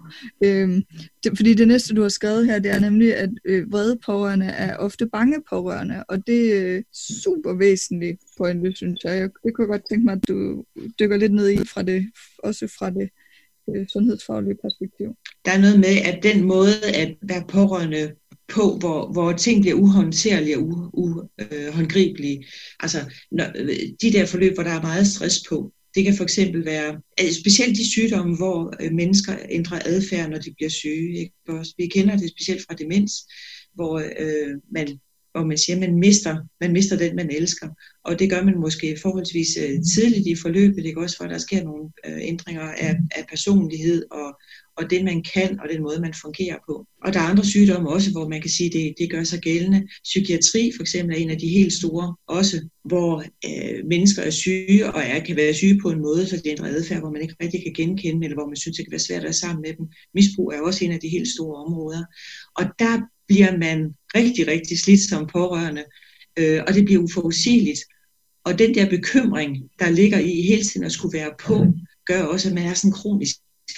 Fordi det næste, du har skrevet her, det er nemlig, at vrede pårørende er ofte bange pårørende, og det er super væsentligt pointe, synes jeg. Det kunne jeg godt tænke mig, at du dykker lidt ned i også fra det sundhedsfaglige perspektiv. Der er noget med, at den måde at være pårørende på, hvor ting bliver uhåndterlige og uhåndgribelige, altså de der forløb, hvor der er meget stress på, det kan for eksempel være, specielt de sygdomme, hvor mennesker ændrer adfærd, når de bliver syge. Ikke? Vi kender det specielt fra demens, hvor man siger, man mister den, man elsker. Og det gør man måske forholdsvis tidligt i forløbet, ikke også, for der sker nogle ændringer af personlighed og det, man kan, og den måde, man fungerer på. Og der er andre sygdomme også, hvor man kan sige, at det gør sig gældende. Psykiatri for eksempel er en af de helt store også, hvor mennesker er syge, og kan være syge på en måde, så det ændrer adfærd, hvor man ikke rigtig kan genkende, eller hvor man synes, det kan være svært at være sammen med dem. Misbrug er også en af de helt store områder. Og der bliver man rigtig, rigtig slidt som pårørende, og det bliver uforudsigeligt. Og den der bekymring, der ligger i hele tiden at skulle være på, gør også, at man er sådan kronisk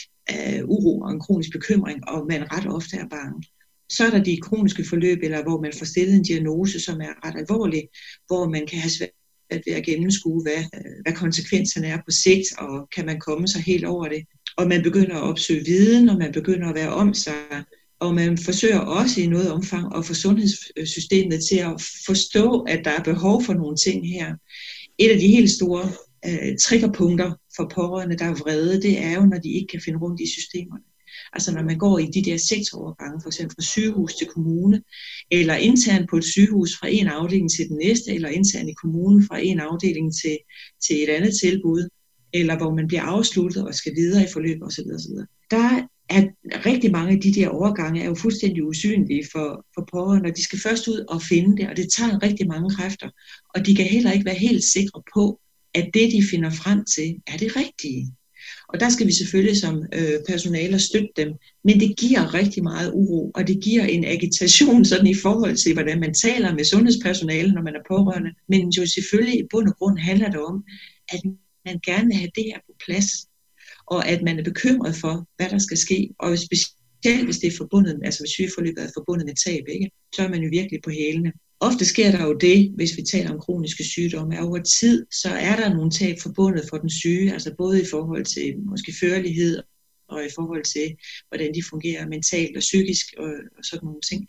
uro og en kronisk bekymring, og man ret ofte er bange. Så er der de kroniske forløb, eller hvor man får stillet en diagnose, som er ret alvorlig, hvor man kan have svært ved at gennemskue, hvad konsekvenserne er på sigt, og kan man komme sig helt over det. Og man begynder at opsøge viden, og man begynder at være om sig, og man forsøger også i noget omfang at få sundhedssystemet til at forstå, at der er behov for nogle ting her. Et af de helt store triggerpunkter for pårørende, der er vrede, det er jo, når de ikke kan finde rundt i systemerne. Altså når man går i de der sektorovergange, for eksempel fra sygehus til kommune, eller internt på et sygehus fra en afdeling til den næste, eller internt i kommunen fra en afdeling til et andet tilbud, eller hvor man bliver afsluttet og skal videre i forløb osv. Der er rigtig mange af de der overgange er jo fuldstændig usynlige for pårørende, og de skal først ud og finde det, og det tager rigtig mange kræfter, og de kan heller ikke være helt sikre på, at det, de finder frem til, er det rigtige. Og der skal vi selvfølgelig som personale støtte dem, men det giver rigtig meget uro, og det giver en agitation sådan i forhold til, hvordan man taler med sundhedspersonale, når man er pårørende. Men jo selvfølgelig i bund og grund handler det om, at man gerne vil have det her på plads, og at man er bekymret for, hvad der skal ske, og specielt hvis det er forbundet, altså hvis sygeforløbet er forbundet med tab, ikke? Så er man jo virkelig på hælene. Ofte sker der jo det, hvis vi taler om kroniske sygdomme, at over tid, så er der nogle tab forbundet for den syge, altså både i forhold til måske førlighed, og i forhold til, hvordan de fungerer mentalt og psykisk, og sådan nogle ting.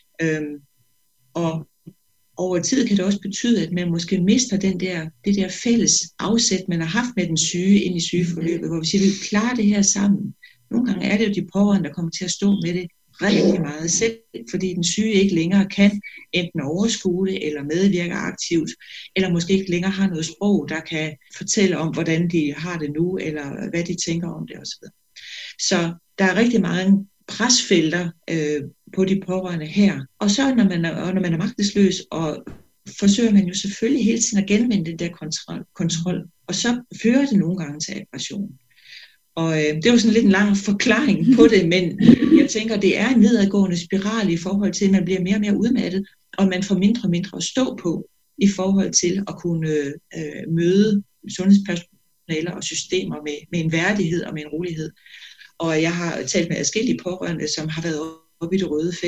Og over tid kan det også betyde, at man måske mister det der fælles afsæt, man har haft med den syge ind i sygeforløbet, hvor vi siger, at vi klarer det her sammen. Nogle gange er det jo de pårørende, der kommer til at stå med det rigtig meget selv, fordi den syge ikke længere kan enten overskue det, eller medvirke aktivt, eller måske ikke længere har noget sprog, der kan fortælle om, hvordan de har det nu, eller hvad de tænker om det osv. Så der er rigtig mange presfelter på de pårørende her. Og så når man er magtesløs, og forsøger man jo selvfølgelig hele tiden at genvinde den der kontrol, og så fører det nogle gange til aggression. Og det er jo sådan lidt en lang forklaring på det, men jeg tænker, det er en nedadgående spiral i forhold til, at man bliver mere og mere udmattet, og man får mindre og mindre at stå på i forhold til at kunne møde sundhedspersonale og systemer med en værdighed og med en rolighed. Og jeg har talt med adskillige pårørende, som har været oppe i det røde felt,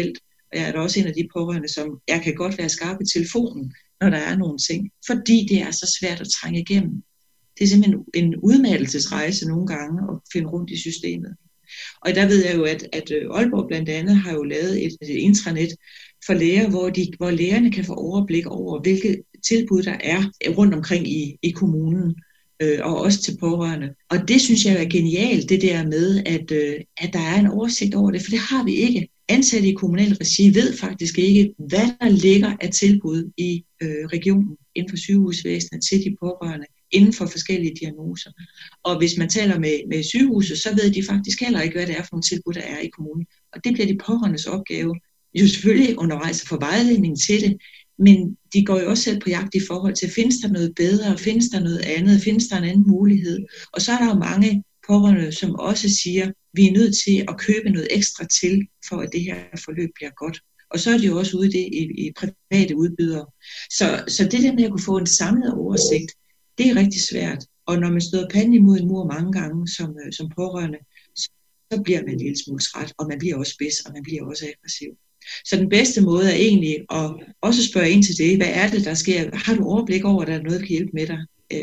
Og jeg er da også en af de pårørende, som jeg kan godt være skarp i telefonen, når der er nogle ting, fordi det er så svært at trænge igennem. Det er simpelthen en udmattelsesrejse nogle gange at finde rundt i systemet. Og der ved jeg jo, at Aalborg blandt andet har jo lavet et intranet for læger, hvor lægerne kan få overblik over, hvilke tilbud der er rundt omkring i kommunen, og også til pårørende. Og det synes jeg er genialt, det der med, at der er en oversigt over det, for det har vi ikke. Ansatte i kommunal regi ved faktisk ikke, hvad der ligger af tilbud i regionen inden for sygehusvæsenet til de pårørende, inden for forskellige diagnoser. Og hvis man taler med sygehuset, så ved de faktisk heller ikke, hvad det er for nogle tilbud, der er i kommunen. Og det bliver de pårørendes opgave. Jo selvfølgelig undervejs at få vejledning til det, men de går jo også selv på jagt i forhold til, findes der noget bedre, findes der noget andet, findes der en anden mulighed. Og så er der jo mange pårørende, som også siger, vi er nødt til at købe noget ekstra til, for at det her forløb bliver godt. Og så er de jo også ude i private udbydere. Så det der med at kunne få en samlet oversigt, det er rigtig svært. Og når man støder panden imod en mur mange gange som pårørende, så bliver man en lille smule træt, og man bliver også spids, og man bliver også aggressiv. Så den bedste måde er egentlig at også spørge ind til det. Hvad er det, der sker? Har du overblik over, at der er noget, der kan hjælpe med dig?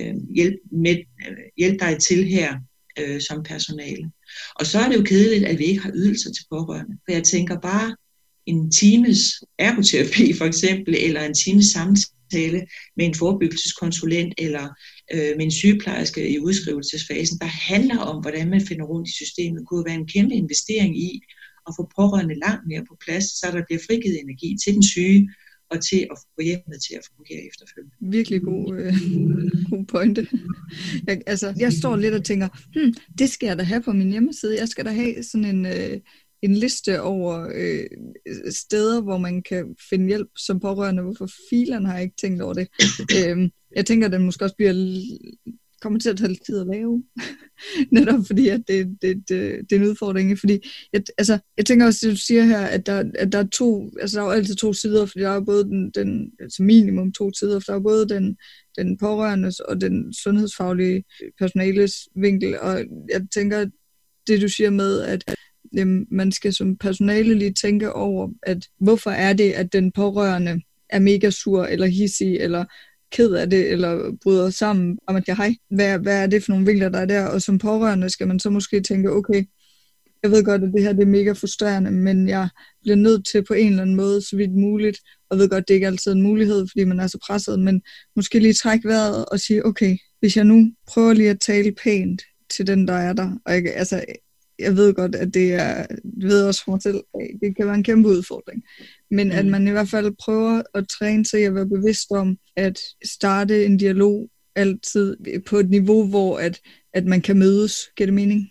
Hjælp dig til her som personale. Og så er det jo kedeligt, at vi ikke har ydelser til pårørende. For jeg tænker bare en times ergoterapi for eksempel, eller en times samtale med en forebyggelseskonsulent, eller med en sygeplejerske i udskrivelsesfasen, der handler om, hvordan man finder rundt i systemet, kunne være en kæmpe investering i at få pårørende langt mere på plads, så der bliver frigivet energi til den syge, og til at få hjemmet til at fungere efterfølgende. Virkelig god pointe. Jeg står lidt og tænker, det skal jeg da have på min hjemmeside. Jeg skal da have sådan en liste over steder, hvor man kan finde hjælp som pårørende. Hvorfor filerne har jeg ikke tænkt over det. Jeg tænker, at den måske også kommer til at tage lidt tid at lave. Netop fordi, at det er en udfordring. Fordi, jeg tænker også, at du siger her, at der er to, altså der er jo altid to sider, fordi der er både den altså minimum to sider, for der er både den pårørendes og den sundhedsfaglige personales vinkel, og jeg tænker, det du siger med, at man skal som personale lige tænke over, at hvorfor er det, at den pårørende er mega sur, eller hissig, eller ked af det, eller bryder sammen om, at hvad er det for nogle vinkler, der er der, og som pårørende skal man så måske tænke, okay, jeg ved godt, at det her det er mega frustrerende, men jeg bliver nødt til på en eller anden måde, så vidt muligt, og ved godt, det ikke altid er en mulighed, fordi man er så presset, men måske lige trække vejret og sige, okay, hvis jeg nu prøver lige at tale pænt til den, der er der, og jeg ved godt, at det ved også for mig selv, det kan være en kæmpe udfordring. Men at man i hvert fald prøver at træne sig at være bevidst om, at starte en dialog altid på et niveau, hvor at man kan mødes, giver det mening?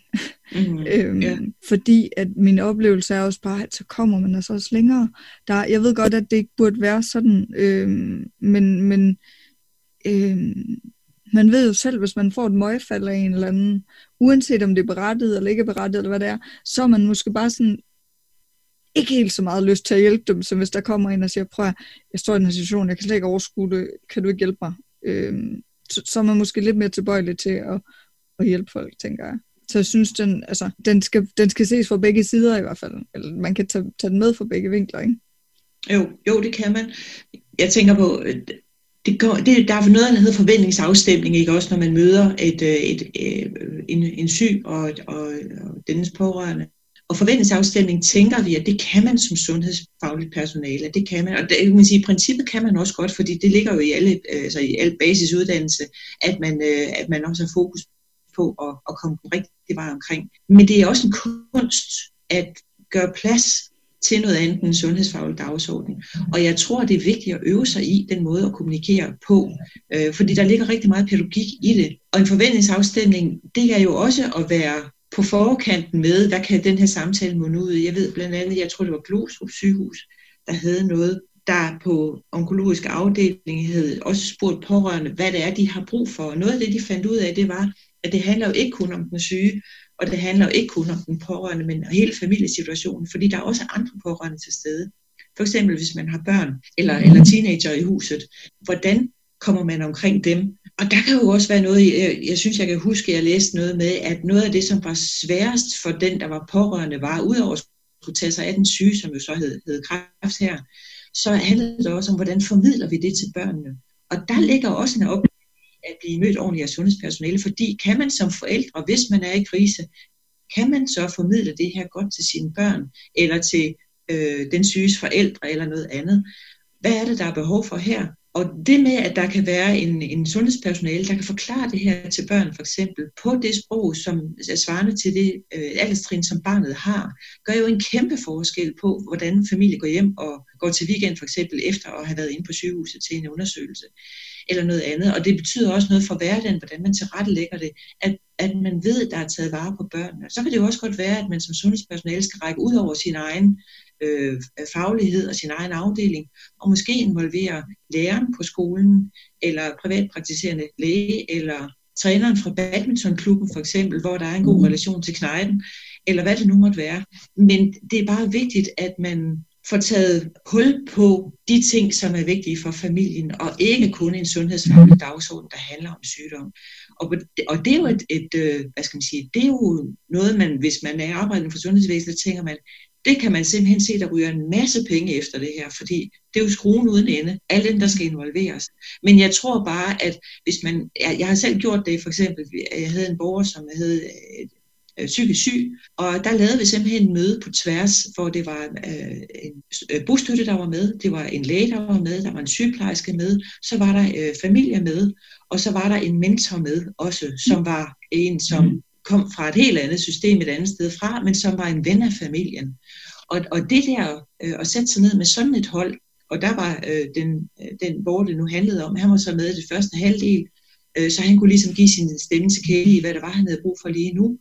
Fordi at min oplevelse er også bare, at så kommer man altså også længere. Jeg ved godt, at det ikke burde være sådan, men man ved jo selv, hvis man får et møgfald af en eller anden, uanset om det er berettiget eller ikke berettiget, eller hvad det er, så er man måske bare sådan, ikke helt så meget lyst til at hjælpe dem, som hvis der kommer en og siger, prøv at jeg står i den her situation, jeg kan slet ikke overskue det, kan du ikke hjælpe mig? Så er man måske lidt mere tilbøjelig til at hjælpe folk, tænker jeg. Så jeg synes, den skal ses fra begge sider i hvert fald. Eller man kan tage den med fra begge vinkler, ikke? Jo, det kan man. Jeg tænker på, der er noget, der hedder forventningsafstemning, ikke også, når man møder en syg og dennes pårørende. Og forventningsafstemning tænker vi, at det kan man som sundhedsfagligt personale, det kan man, og det, kan man sige, i princippet kan man også godt, fordi det ligger jo i alle basisuddannelse, at man også har fokus på at komme den rigtige vej omkring. Men det er også en kunst at gøre plads til noget andet end en sundhedsfaglig dagsorden. Og jeg tror, det er vigtigt at øve sig i den måde at kommunikere på, fordi der ligger rigtig meget pædagogik i det. Og en forventningsafstemning, det er jo også at være på forkanten med, hvad kan den her samtale munde ud i. Jeg ved blandt andet, jeg tror det var Glostrup sygehus, der havde noget, der på onkologisk afdeling havde også spurgt pårørende, hvad det er, de har brug for. Og noget af det, de fandt ud af, det var, at det handler jo ikke kun om den syge, og det handler jo ikke kun om den pårørende, men hele familiesituationen, fordi der er også andre pårørende til stede. For eksempel, hvis man har børn eller teenager i huset, hvordan kommer man omkring dem? Og der kan jo også være noget, jeg synes, jeg kan huske, at jeg læste noget med, at noget af det, som var sværest for den, der var pårørende, var, udover at skulle tage sig af den syge, som jo så hed kræft her, så handlede det også om, hvordan formidler vi det til børnene. Og der ligger også en opgave at blive mødt ordentligt af sundhedspersonale, fordi kan man som forældre, hvis man er i krise, kan man så formidle det her godt til sine børn, eller til den syges forældre, eller noget andet. Hvad er det, der er behov for her? Og det med, at der kan være en sundhedspersonale, der kan forklare det her til børn, for eksempel, på det sprog, som er svarende til det alderstrin, som barnet har, gør jo en kæmpe forskel på, hvordan familie går hjem og går til weekend, for eksempel, efter at have været inde på sygehuset til en undersøgelse, eller noget andet. Og det betyder også noget for hverdagen, hvordan man tilrettelægger det, at man ved, at der er taget vare på børnene. Så kan det jo også godt være, at man som sundhedspersonale skal række ud over sin egen faglighed og sin egen afdeling, og måske involvere læreren på skolen, eller privatpraktiserende læge, eller træneren fra badmintonklubben for eksempel, hvor der er en god relation til knejden, eller hvad det nu måtte være. Men det er bare vigtigt, at man får taget hul på de ting, som er vigtige for familien, og ikke kun en sundhedsfaglig dagsorden, der handler om sygdom. Og det er jo hvad skal man sige, det er jo noget, man, hvis man er arbejdende for sundhedsvæsenet, tænker man, det kan man simpelthen se, der ryger en masse penge efter det her, fordi det er jo skruen uden ende, alle dem, der skal involveres. Men jeg tror bare, at hvis man, jeg har selv gjort det, for eksempel, jeg havde en borger, som hed psykisk syg, og der lavede vi simpelthen en møde på tværs, hvor det var en bostøtte, der var med, det var en læge, der var med, der var en sygeplejerske med, så var der familie med, og så var der en mentor med også, som var en, som kom fra et helt andet system et andet sted fra, men som var en ven af familien. Og det der at sætte sig ned med sådan et hold, og der var den borger, det nu handlede om, han var så med i det første halvdel, så han kunne ligesom give sin stemme til Kelly i, hvad der var, han havde brug for lige nu.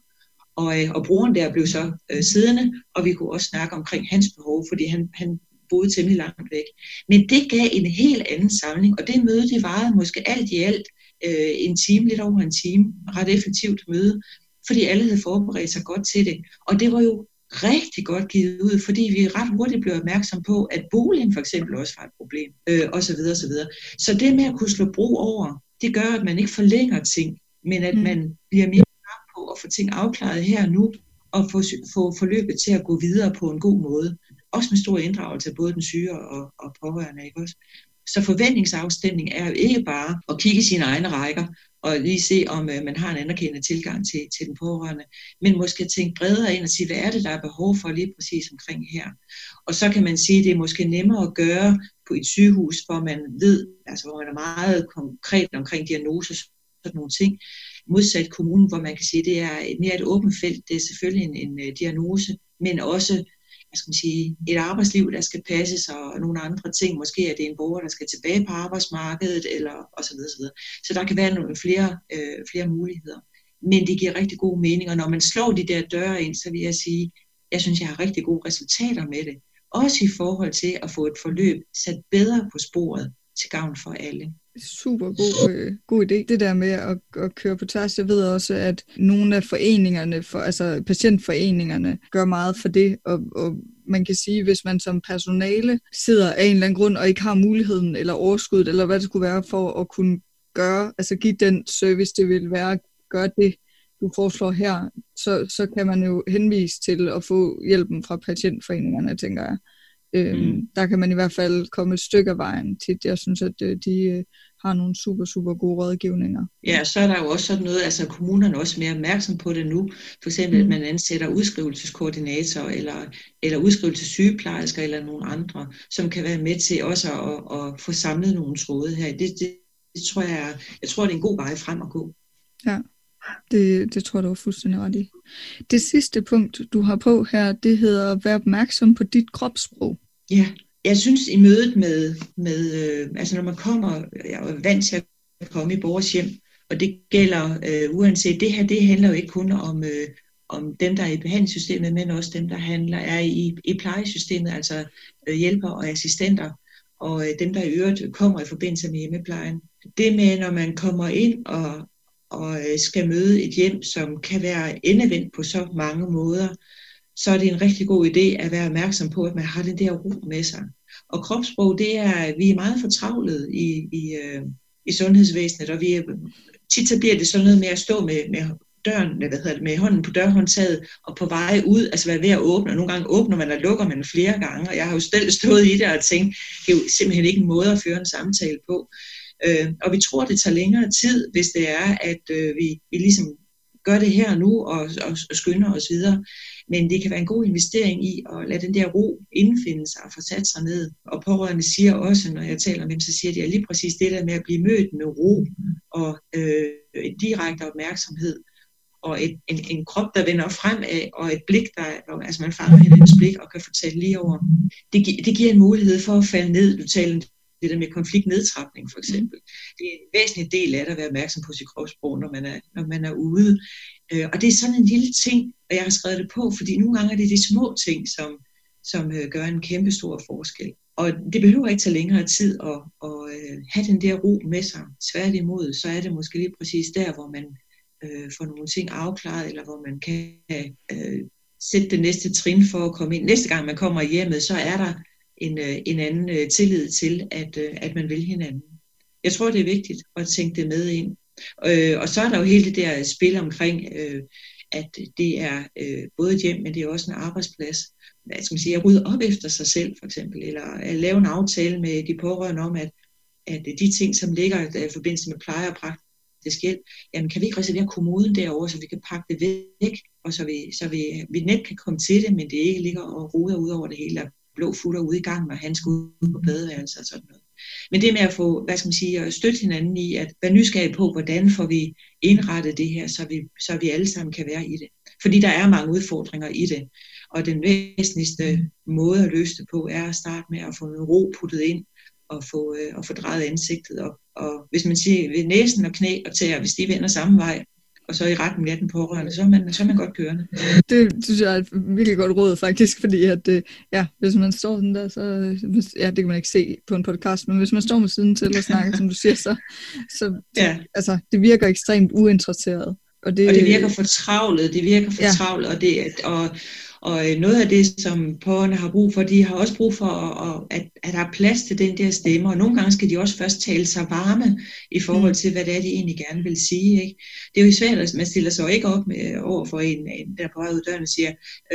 Og broren der blev så siddende, og vi kunne også snakke omkring hans behov, fordi han boede temmelig langt væk. Men det gav en helt anden samling, og det møde, det varede måske alt i alt en time, lidt over en time, ret effektivt møde, fordi alle havde forberedt sig godt til det. Og det var jo rigtig godt givet ud, fordi vi ret hurtigt blev opmærksom på, at boligen for eksempel også var et problem, osv. osv. Så det med at kunne slå bro over, det gør, at man ikke forlænger ting, men at man bliver mere klar på at få ting afklaret her og nu, og få forløbet til at gå videre på en god måde. Også med stor inddragelse af både den syge og pårørende, ikke også? Så forventningsafstemning er jo ikke bare at kigge i sine egne rækker, og lige se, om man har en anerkendende tilgang til den pårørende, men måske tænke bredere ind og sige, hvad er det, der er behov for lige præcis omkring her. Og så kan man sige, at det er måske nemmere at gøre på et sygehus, hvor man ved, altså hvor man er meget konkret omkring diagnoser, sådan nogle ting, modsat kommunen, hvor man kan sige, at det er mere et åbent felt, det er selvfølgelig en diagnose, men også hvad skal man sige, et arbejdsliv, der skal passes, og nogle andre ting. Måske er det en borger, der skal tilbage på arbejdsmarkedet, eller og så videre, så videre. Så der kan være nogle flere muligheder. Men det giver rigtig god mening, og når man slår de der døre ind, så vil jeg sige, jeg synes, jeg har rigtig gode resultater med det. Også i forhold til at få et forløb sat bedre på sporet til gavn for alle. Super god idé, det der med at køre på tværs. Jeg ved også, at nogle af foreningerne, altså patientforeningerne, gør meget for det, og man kan sige, hvis man som personale sidder af en eller anden grund, og ikke har muligheden eller overskuddet, eller hvad det skulle være for at kunne gøre, altså give den service, det vil være at gøre det, du foreslår her, så kan man jo henvise til at få hjælpen fra patientforeningerne, tænker jeg. Der kan man i hvert fald komme et stykke af vejen til. Jeg synes, at de har nogle super, super gode rådgivninger. Ja, så er der jo også sådan noget, altså kommunerne er også mere opmærksom på det nu. For eksempel, at man ansætter udskrivelseskordinatorer, eller udskrivelsessygeplejersker, eller nogle andre, som kan være med til også at få samlet nogle tråde her. Det tror jeg tror, det er en god vej frem at gå. Ja. Det tror jeg, du var fuldstændig ret i. Det sidste punkt, du har på her, det hedder at være opmærksom på dit kropssprog. Ja, jeg synes i mødet med altså når man kommer, jeg er vant til at komme i borgers hjem, og det gælder uanset, det handler jo ikke kun om dem, der er i behandlingssystemet, men også dem, der er i plejesystemet, altså hjælper og assistenter, og dem, der i øvrigt kommer i forbindelse med hjemmeplejen. Det med, når man kommer ind og skal møde et hjem, som kan være endevendt på så mange måder, så er det en rigtig god idé at være opmærksom på, at man har den der ro med sig. Og kropssprog, vi er meget fortravlet i sundhedsvæsenet, og tit så bliver det sådan noget med at stå med døren, med hånden på dørhåndtaget og på vej ud, altså være ved at åbne, og nogle gange åbner man og lukker man flere gange, og jeg har jo selv stået i det og tænkt, det er jo simpelthen ikke en måde at føre en samtale på. Og vi tror, det tager længere tid, hvis det er, at vi ligesom gør det her nu og skynder os videre. Men det kan være en god investering i at lade den der ro indfinde sig og få sat sig ned. Og pårørende siger også, når jeg taler med dem, så siger de, at lige præcis det der med at blive mødt med ro og en direkte opmærksomhed og en krop, der vender fremad, og et blik, altså man fanger hinandens blik og kan fortælle lige over. Det giver en mulighed for at falde ned. Du taler det der med konfliktnedtrapning for eksempel. Det er en væsentlig del af det at være opmærksom på sit kropssprog, når man er ude. Og det er sådan en lille ting, og jeg har skrevet det på, fordi nogle gange er det de små ting, som gør en kæmpe stor forskel. Og det behøver ikke tage længere tid at have den der ro med sig. Tværtimod, så er det måske lige præcis der, hvor man får nogle ting afklaret, eller hvor man kan sætte det næste trin for at komme ind. Næste gang man kommer hjemmet, så er der en anden tillid til, at man vil hinanden. Jeg tror, det er vigtigt at tænke det med ind. Og så er der jo hele det der spil omkring, at det er både et hjem, men det er også en arbejdsplads. Hvad skal man sige, at rydde op efter sig selv, for eksempel, eller at lave en aftale med de pårørende om, at de ting, som ligger i forbindelse med pleje og praktisk hjælp, jamen kan vi ikke reservere kommoden derovre, så vi kan pakke det væk, og så vi net kan komme til det, men det ikke ligger og roder ud over det hele, blå futter ude i gangen, og han skal ud på badeværelset og sådan noget. Men det med at få, hvad skal man sige, at støtte hinanden i, at være nysgerrig på, hvordan får vi indrettet det her, så vi alle sammen kan være i det. Fordi der er mange udfordringer i det, og den væsentligste måde at løse det på, er at starte med at få noget ro puttet ind, og få drejet ansigtet op. Og hvis man siger ved næsen og knæ og tæer, hvis de vender samme vej, og så i retning af den pårørende, så er man godt kørende. Det synes jeg er et virkelig godt råd faktisk, fordi at, hvis man står sådan der, så det kan man ikke se på en podcast, men hvis man står med siden til og snakker, som du siger, så altså, det virker ekstremt uinteresseret. Og det virker fortravlet, og noget af det, som pårørende har brug for, de har også brug for, at der er plads til den der stemme, og nogle gange skal de også først tale sig varme i forhold til, hvad det er, de egentlig gerne vil sige. Ikke? Det er jo svært, at man stiller sig ikke op over for en der på vej ud døren og siger,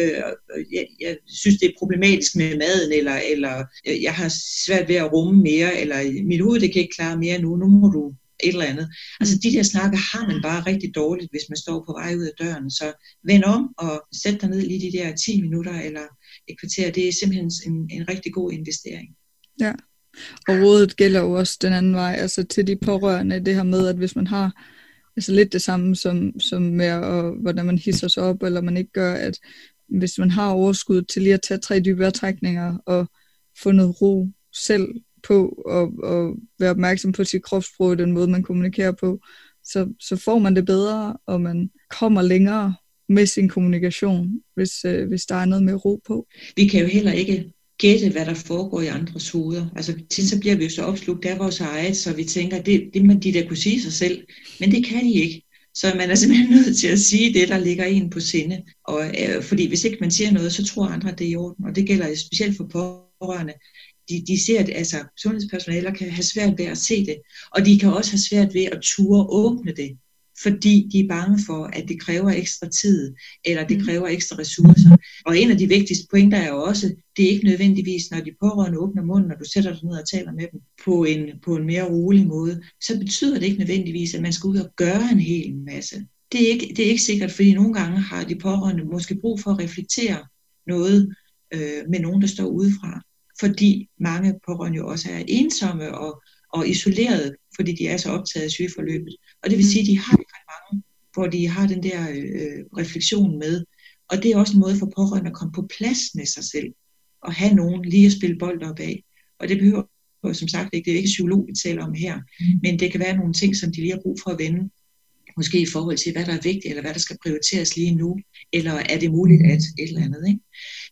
jeg synes, det er problematisk med maden, eller jeg har svært ved at rumme mere, eller mit hoved, det kan ikke klare mere nu må du et eller andet. Altså de der snakker har man bare rigtig dårligt, hvis man står på vej ud af døren. Så vend om og sæt dig ned lige de der 10 minutter eller et kvarter. Det er simpelthen en rigtig god investering. Ja, og rådet gælder jo også den anden vej, altså til de pårørende, det her med, at hvis man har altså lidt det samme som med, hvordan man hisser sig op, eller man ikke gør, at hvis man har overskud til lige at tage 3 dybe vejrtrækninger og få noget ro selv på og være opmærksom på sit kropssprog, den måde man kommunikerer på, så får man det bedre, og man kommer længere med sin kommunikation, hvis der er noget med ro på. Vi kan jo heller ikke gætte, hvad der foregår i andres hoveder. Altså tit så bliver vi jo så opslugt af vores eget, så vi tænker, det må de der kunne sige sig selv, men det kan de ikke. Så man er simpelthen nødt til at sige det, der ligger en på sinde. Og, fordi hvis ikke man siger noget, så tror andre, det er i orden. Og det gælder specielt for pårørende. De ser det, altså sundhedspersonaler kan have svært ved at se det, og de kan også have svært ved at ture åbne det, fordi de er bange for, at det kræver ekstra tid, eller det kræver ekstra ressourcer. Og en af de vigtigste pointer er jo også, det er ikke nødvendigvis, når de pårørende åbner munden, og du sætter dig ned og taler med dem på en mere rolig måde, så betyder det ikke nødvendigvis, at man skal ud og gøre en hel masse. Det er ikke sikkert, fordi nogle gange har de pårørende måske brug for at reflektere noget med nogen, der står udefra. Fordi mange pårørende jo også er ensomme og isolerede, fordi de er så optaget af sygeforløbet. Og det vil sige, at de har ikke mange, hvor de har den der refleksion med. Og det er også en måde for pårørende at komme på plads med sig selv, og have nogen lige at spille bold op af. Og det behøver som sagt ikke, det er ikke psykolog, vi taler om her, men det kan være nogle ting, som de lige har brug for at vende. Måske i forhold til, hvad der er vigtigt, eller hvad der skal prioriteres lige nu, eller er det muligt at et eller andet. Ikke?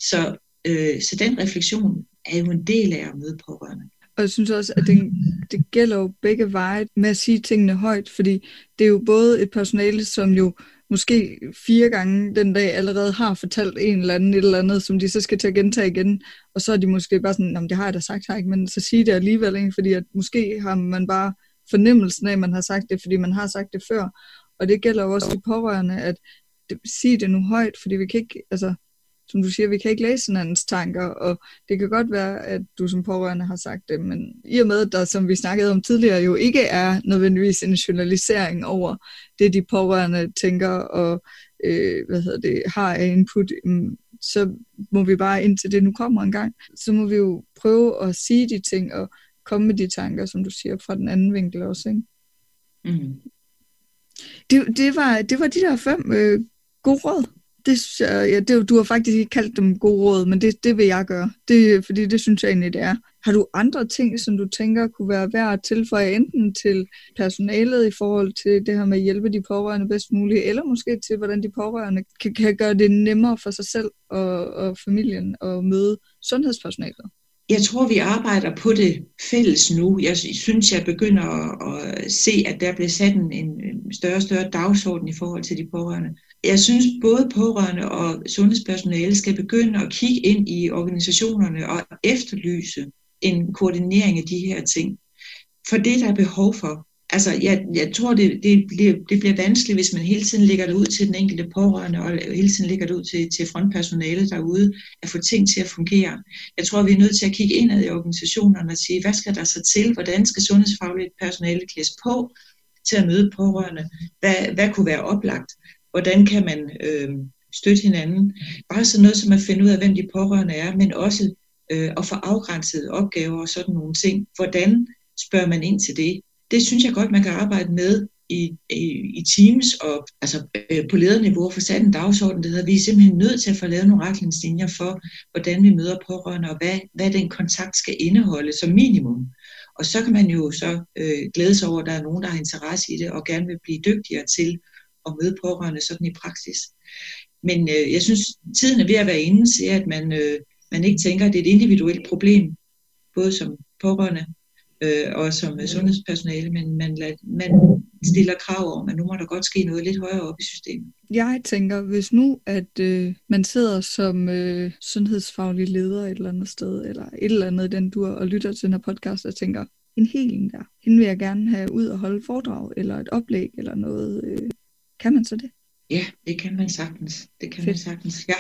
Så den refleksion er jo en del af at møde pårørende. Og jeg synes også, at det gælder jo begge veje med at sige tingene højt, fordi det er jo både et personale, som jo måske 4 gange den dag allerede har fortalt en eller anden et eller andet, som de så skal til at gentage igen, og så er de måske bare sådan, det har jeg da sagt her, ikke? Men så sige det alligevel, ikke? Fordi at måske har man bare fornemmelsen af, at man har sagt det, fordi man har sagt det før, Og det gælder jo også de pårørende, at sige det nu højt, fordi vi kan ikke, altså som du siger, vi kan ikke læse hinandens tanker, og det kan godt være, at du som pårørende har sagt det, men i og med, at der, som vi snakkede om tidligere, jo ikke er nødvendigvis en journalisering over det, de pårørende tænker og har af input, så må vi bare indtil det nu kommer en gang, så må vi jo prøve at sige de ting og komme med de tanker, som du siger, fra den anden vinkel også, ikke? Mm. Det var de der 5 gode råd. Det synes jeg, du har faktisk ikke kaldt dem gode råd, men det vil jeg gøre. Fordi det synes jeg egentlig, det er. Har du andre ting, som du tænker kunne være værd at tilføje, enten til personalet i forhold til det her med at hjælpe de pårørende bedst muligt, eller måske til, hvordan de pårørende kan gøre det nemmere for sig selv og familien at møde sundhedspersonalet? Jeg tror, vi arbejder på det fælles nu. Jeg synes, jeg begynder at se, at der bliver sat en større og større dagsorden i forhold til de pårørende. Jeg synes, både pårørende og sundhedspersonale skal begynde at kigge ind i organisationerne og efterlyse en koordinering af de her ting. For det, der er behov for. Altså, jeg tror, det bliver vanskeligt, hvis man hele tiden lægger det ud til den enkelte pårørende, og hele tiden lægger det ud til frontpersonalet derude, at få ting til at fungere. Jeg tror, vi er nødt til at kigge indad i organisationerne og sige, hvad skal der så til? Hvordan skal sundhedsfagligt personale klædes på til at møde pårørende? Hvad kunne være oplagt? Hvordan kan man støtte hinanden? Bare sådan noget som at finde ud af, hvem de pårørende er, men også at få afgrænset opgaver og sådan nogle ting. Hvordan spørger man ind til det? Det synes jeg godt, man kan arbejde med i teams og altså, på lederniveau for sat en dagsorden. Det hedder, vi er simpelthen nødt til at få lavet nogle retningslinjer for, hvordan vi møder pårørende, og hvad den kontakt skal indeholde som minimum. Og så kan man jo så glæde sig over, at der er nogen, der har interesse i det, og gerne vil blive dygtigere til at møde pårørende sådan i praksis. Men jeg synes, tiden er ved at være inde til, at man ikke tænker, at det er et individuelt problem, både som pårørende og som sundhedspersonale, men man stiller krav om, at nu må der godt ske noget lidt højere op i systemet. Jeg tænker, hvis nu, at man sidder som sundhedsfaglig leder et eller andet sted, eller et eller andet den dur, og lytter til den her podcast, og tænker, en hel der, hende vil jeg gerne have ud og holde foredrag, eller et oplæg, eller noget. Kan man så det? Ja, det kan man sagtens. Man sagtens. Jeg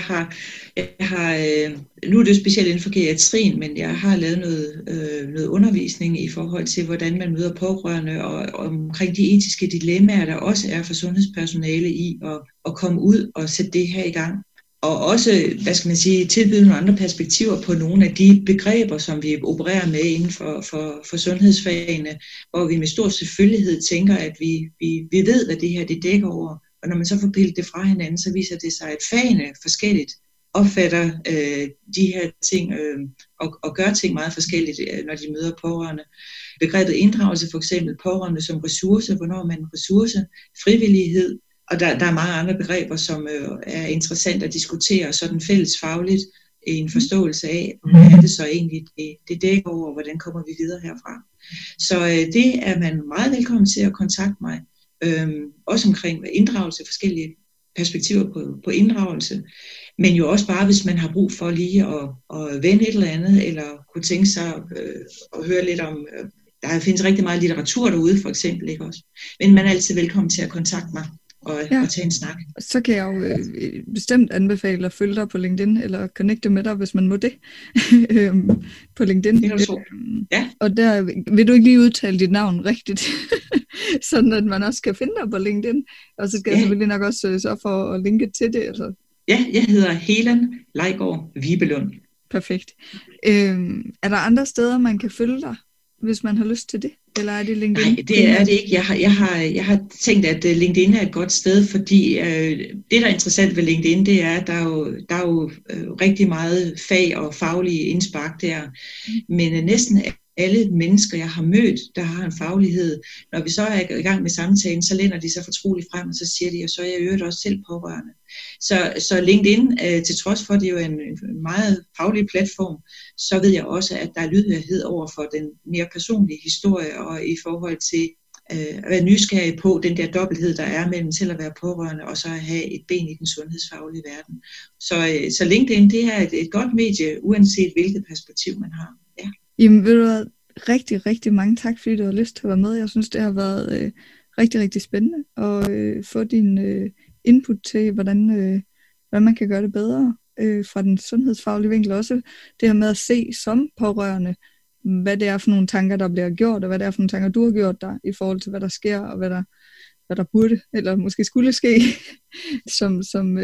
har nu er det specielt inden for geriatrien, men jeg har lavet noget undervisning i forhold til, hvordan man møder pårørende, og omkring de etiske dilemmaer, der også er for sundhedspersonale i at komme ud og sætte det her i gang. Og også, tilbyde nogle andre perspektiver på nogle af de begreber, som vi opererer med inden for sundhedsfagene, hvor vi med stor selvfølgelighed tænker, at vi ved, hvad det her det dækker over. Og når man så får pillet det fra hinanden, så viser det sig, at fagene forskelligt opfatter de her ting og gør ting meget forskelligt, når de møder pårørende. Begrebet inddragelse, for eksempel pårørende som ressource, hvornår man en ressource, frivillighed, og der er mange andre begreber, som er interessant at diskutere sådan fælles fagligt i en forståelse af, hvad er det så egentlig, det dækker over, hvordan kommer vi videre herfra. Så det er man meget velkommen til at kontakte mig. Også omkring inddragelse, forskellige perspektiver på inddragelse, men jo også bare, hvis man har brug for lige at vende et eller andet, eller kunne tænke sig at høre lidt om, der findes rigtig meget litteratur derude, for eksempel, ikke også? Men man er altid velkommen til at kontakte mig og tage en snak. Så kan jeg jo bestemt anbefale at følge dig på LinkedIn, eller connecte med dig, hvis man må det, på LinkedIn. Det kan du tro. Ja. Og der vil du ikke lige udtale dit navn rigtigt, sådan at man også kan finde dig på LinkedIn, og så skal jeg selvfølgelig nok også sørge for at linke til det. Altså. Ja, jeg hedder Helen Leigård Vibelund. Perfekt. Er der andre steder, man kan følge dig, hvis man har lyst til det? Eller er det LinkedIn? Nej, det er det ikke. Jeg har tænkt, at LinkedIn er et godt sted, fordi det, der er interessant ved LinkedIn, det er, at der er jo rigtig meget fag og faglige indspark der. Men næsten alle mennesker, jeg har mødt, der har en faglighed, når vi så er i gang med samtalen, så lænder de sig fortroligt frem, og så siger de, og så er jeg øvrigt også selv pårørende. Så LinkedIn, til trods for, at det er jo en meget faglig platform, så ved jeg også, at der er lydhørhed over for den mere personlige historie, og i forhold til at være nysgerrig på den der dobbelthed, der er mellem til at være pårørende, og så at have et ben i den sundhedsfaglige verden. Så LinkedIn, det er et godt medie, uanset hvilket perspektiv man har. Ja. Jamen, ved du hvad, rigtig, rigtig mange tak, fordi du har lyst til at være med. Jeg synes, det har været rigtig, rigtig spændende at få din input til, hvordan man kan gøre det bedre fra den sundhedsfaglige vinkel. Også det her med at se som pårørende, hvad det er for nogle tanker, der bliver gjort, og hvad det er for nogle tanker, du har gjort der, i forhold til, hvad der sker, og hvad der burde, eller måske skulle ske, som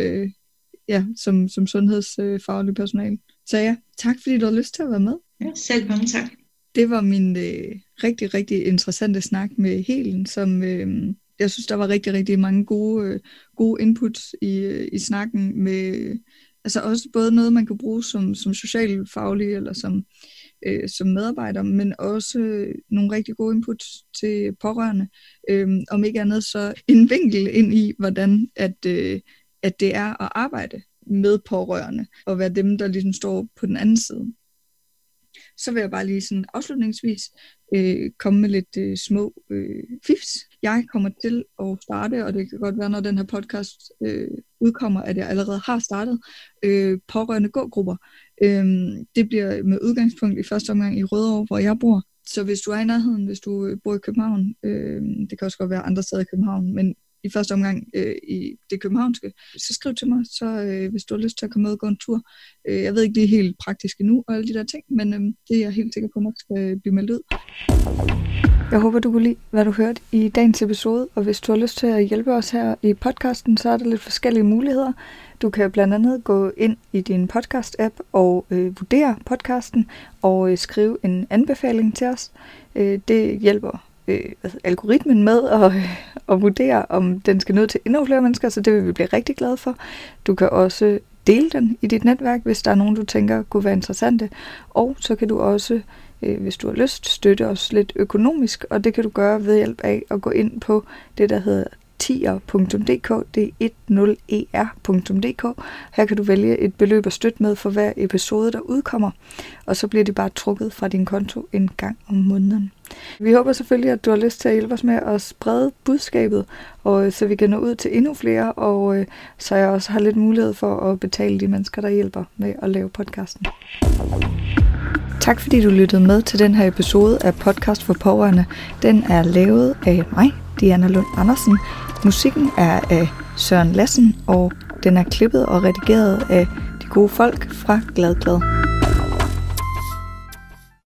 sundhedsfaglig personale. Så ja, tak fordi du har lyst til at være med. Ja, selv mange tak. Det var min rigtig, rigtig interessante snak med Helen, som jeg synes, der var rigtig, rigtig mange gode inputs i snakken, med altså også både noget, man kan bruge som socialfaglig eller som medarbejder, men også nogle rigtig gode inputs til pårørende. Om ikke andet så en vinkel ind i, hvordan at det er at arbejde med pårørende, og være dem, der ligesom står på den anden side. Så vil jeg bare lige sådan afslutningsvis komme med lidt små fifs. Jeg kommer til at starte, og det kan godt være, når den her podcast udkommer, at jeg allerede har startet pårørende gågrupper. Det bliver med udgangspunkt i første omgang i Rødovre, hvor jeg bor. Så hvis du er i nærheden, hvis du bor i København, det kan også godt være andre steder i København, men i første omgang i det københavnske, så skriv til mig, så hvis du har lyst til at komme med og gå en tur. Jeg ved ikke lige helt praktisk endnu, og alle de der ting, men det er jeg helt sikker på nok skal blive meldt ud. Jeg håber, du kunne lide, hvad du hørte i dagens episode, og hvis du har lyst til at hjælpe os her i podcasten, så er der lidt forskellige muligheder. Du kan blandt andet gå ind i din podcast-app og vurdere podcasten og skrive en anbefaling til os. Det hjælper algoritmen med at vurdere, om den skal nå til endnu flere mennesker, så det vil vi blive rigtig glade for. Du kan også dele den i dit netværk, hvis der er nogen, du tænker kunne være interessante. Og så kan du også, hvis du har lyst, støtte os lidt økonomisk, og det kan du gøre ved hjælp af at gå ind på det, der hedder tier.dk, det er 10er.dk. Her kan du vælge et beløb at støtte med for hver episode, der udkommer, og så bliver det bare trukket fra din konto en gang om måneden. Vi håber selvfølgelig, at du har lyst til at hjælpe os med at sprede budskabet, og så vi kan nå ud til endnu flere, og så jeg også har lidt mulighed for at betale de mennesker, der hjælper med at lave podcasten. Tak fordi du lyttede med til den her episode af Podcast for Pårørende. Den er lavet af mig, Diana Lund Andersen. Musikken er af Søren Lassen, og den er klippet og redigeret af de gode folk fra Glad.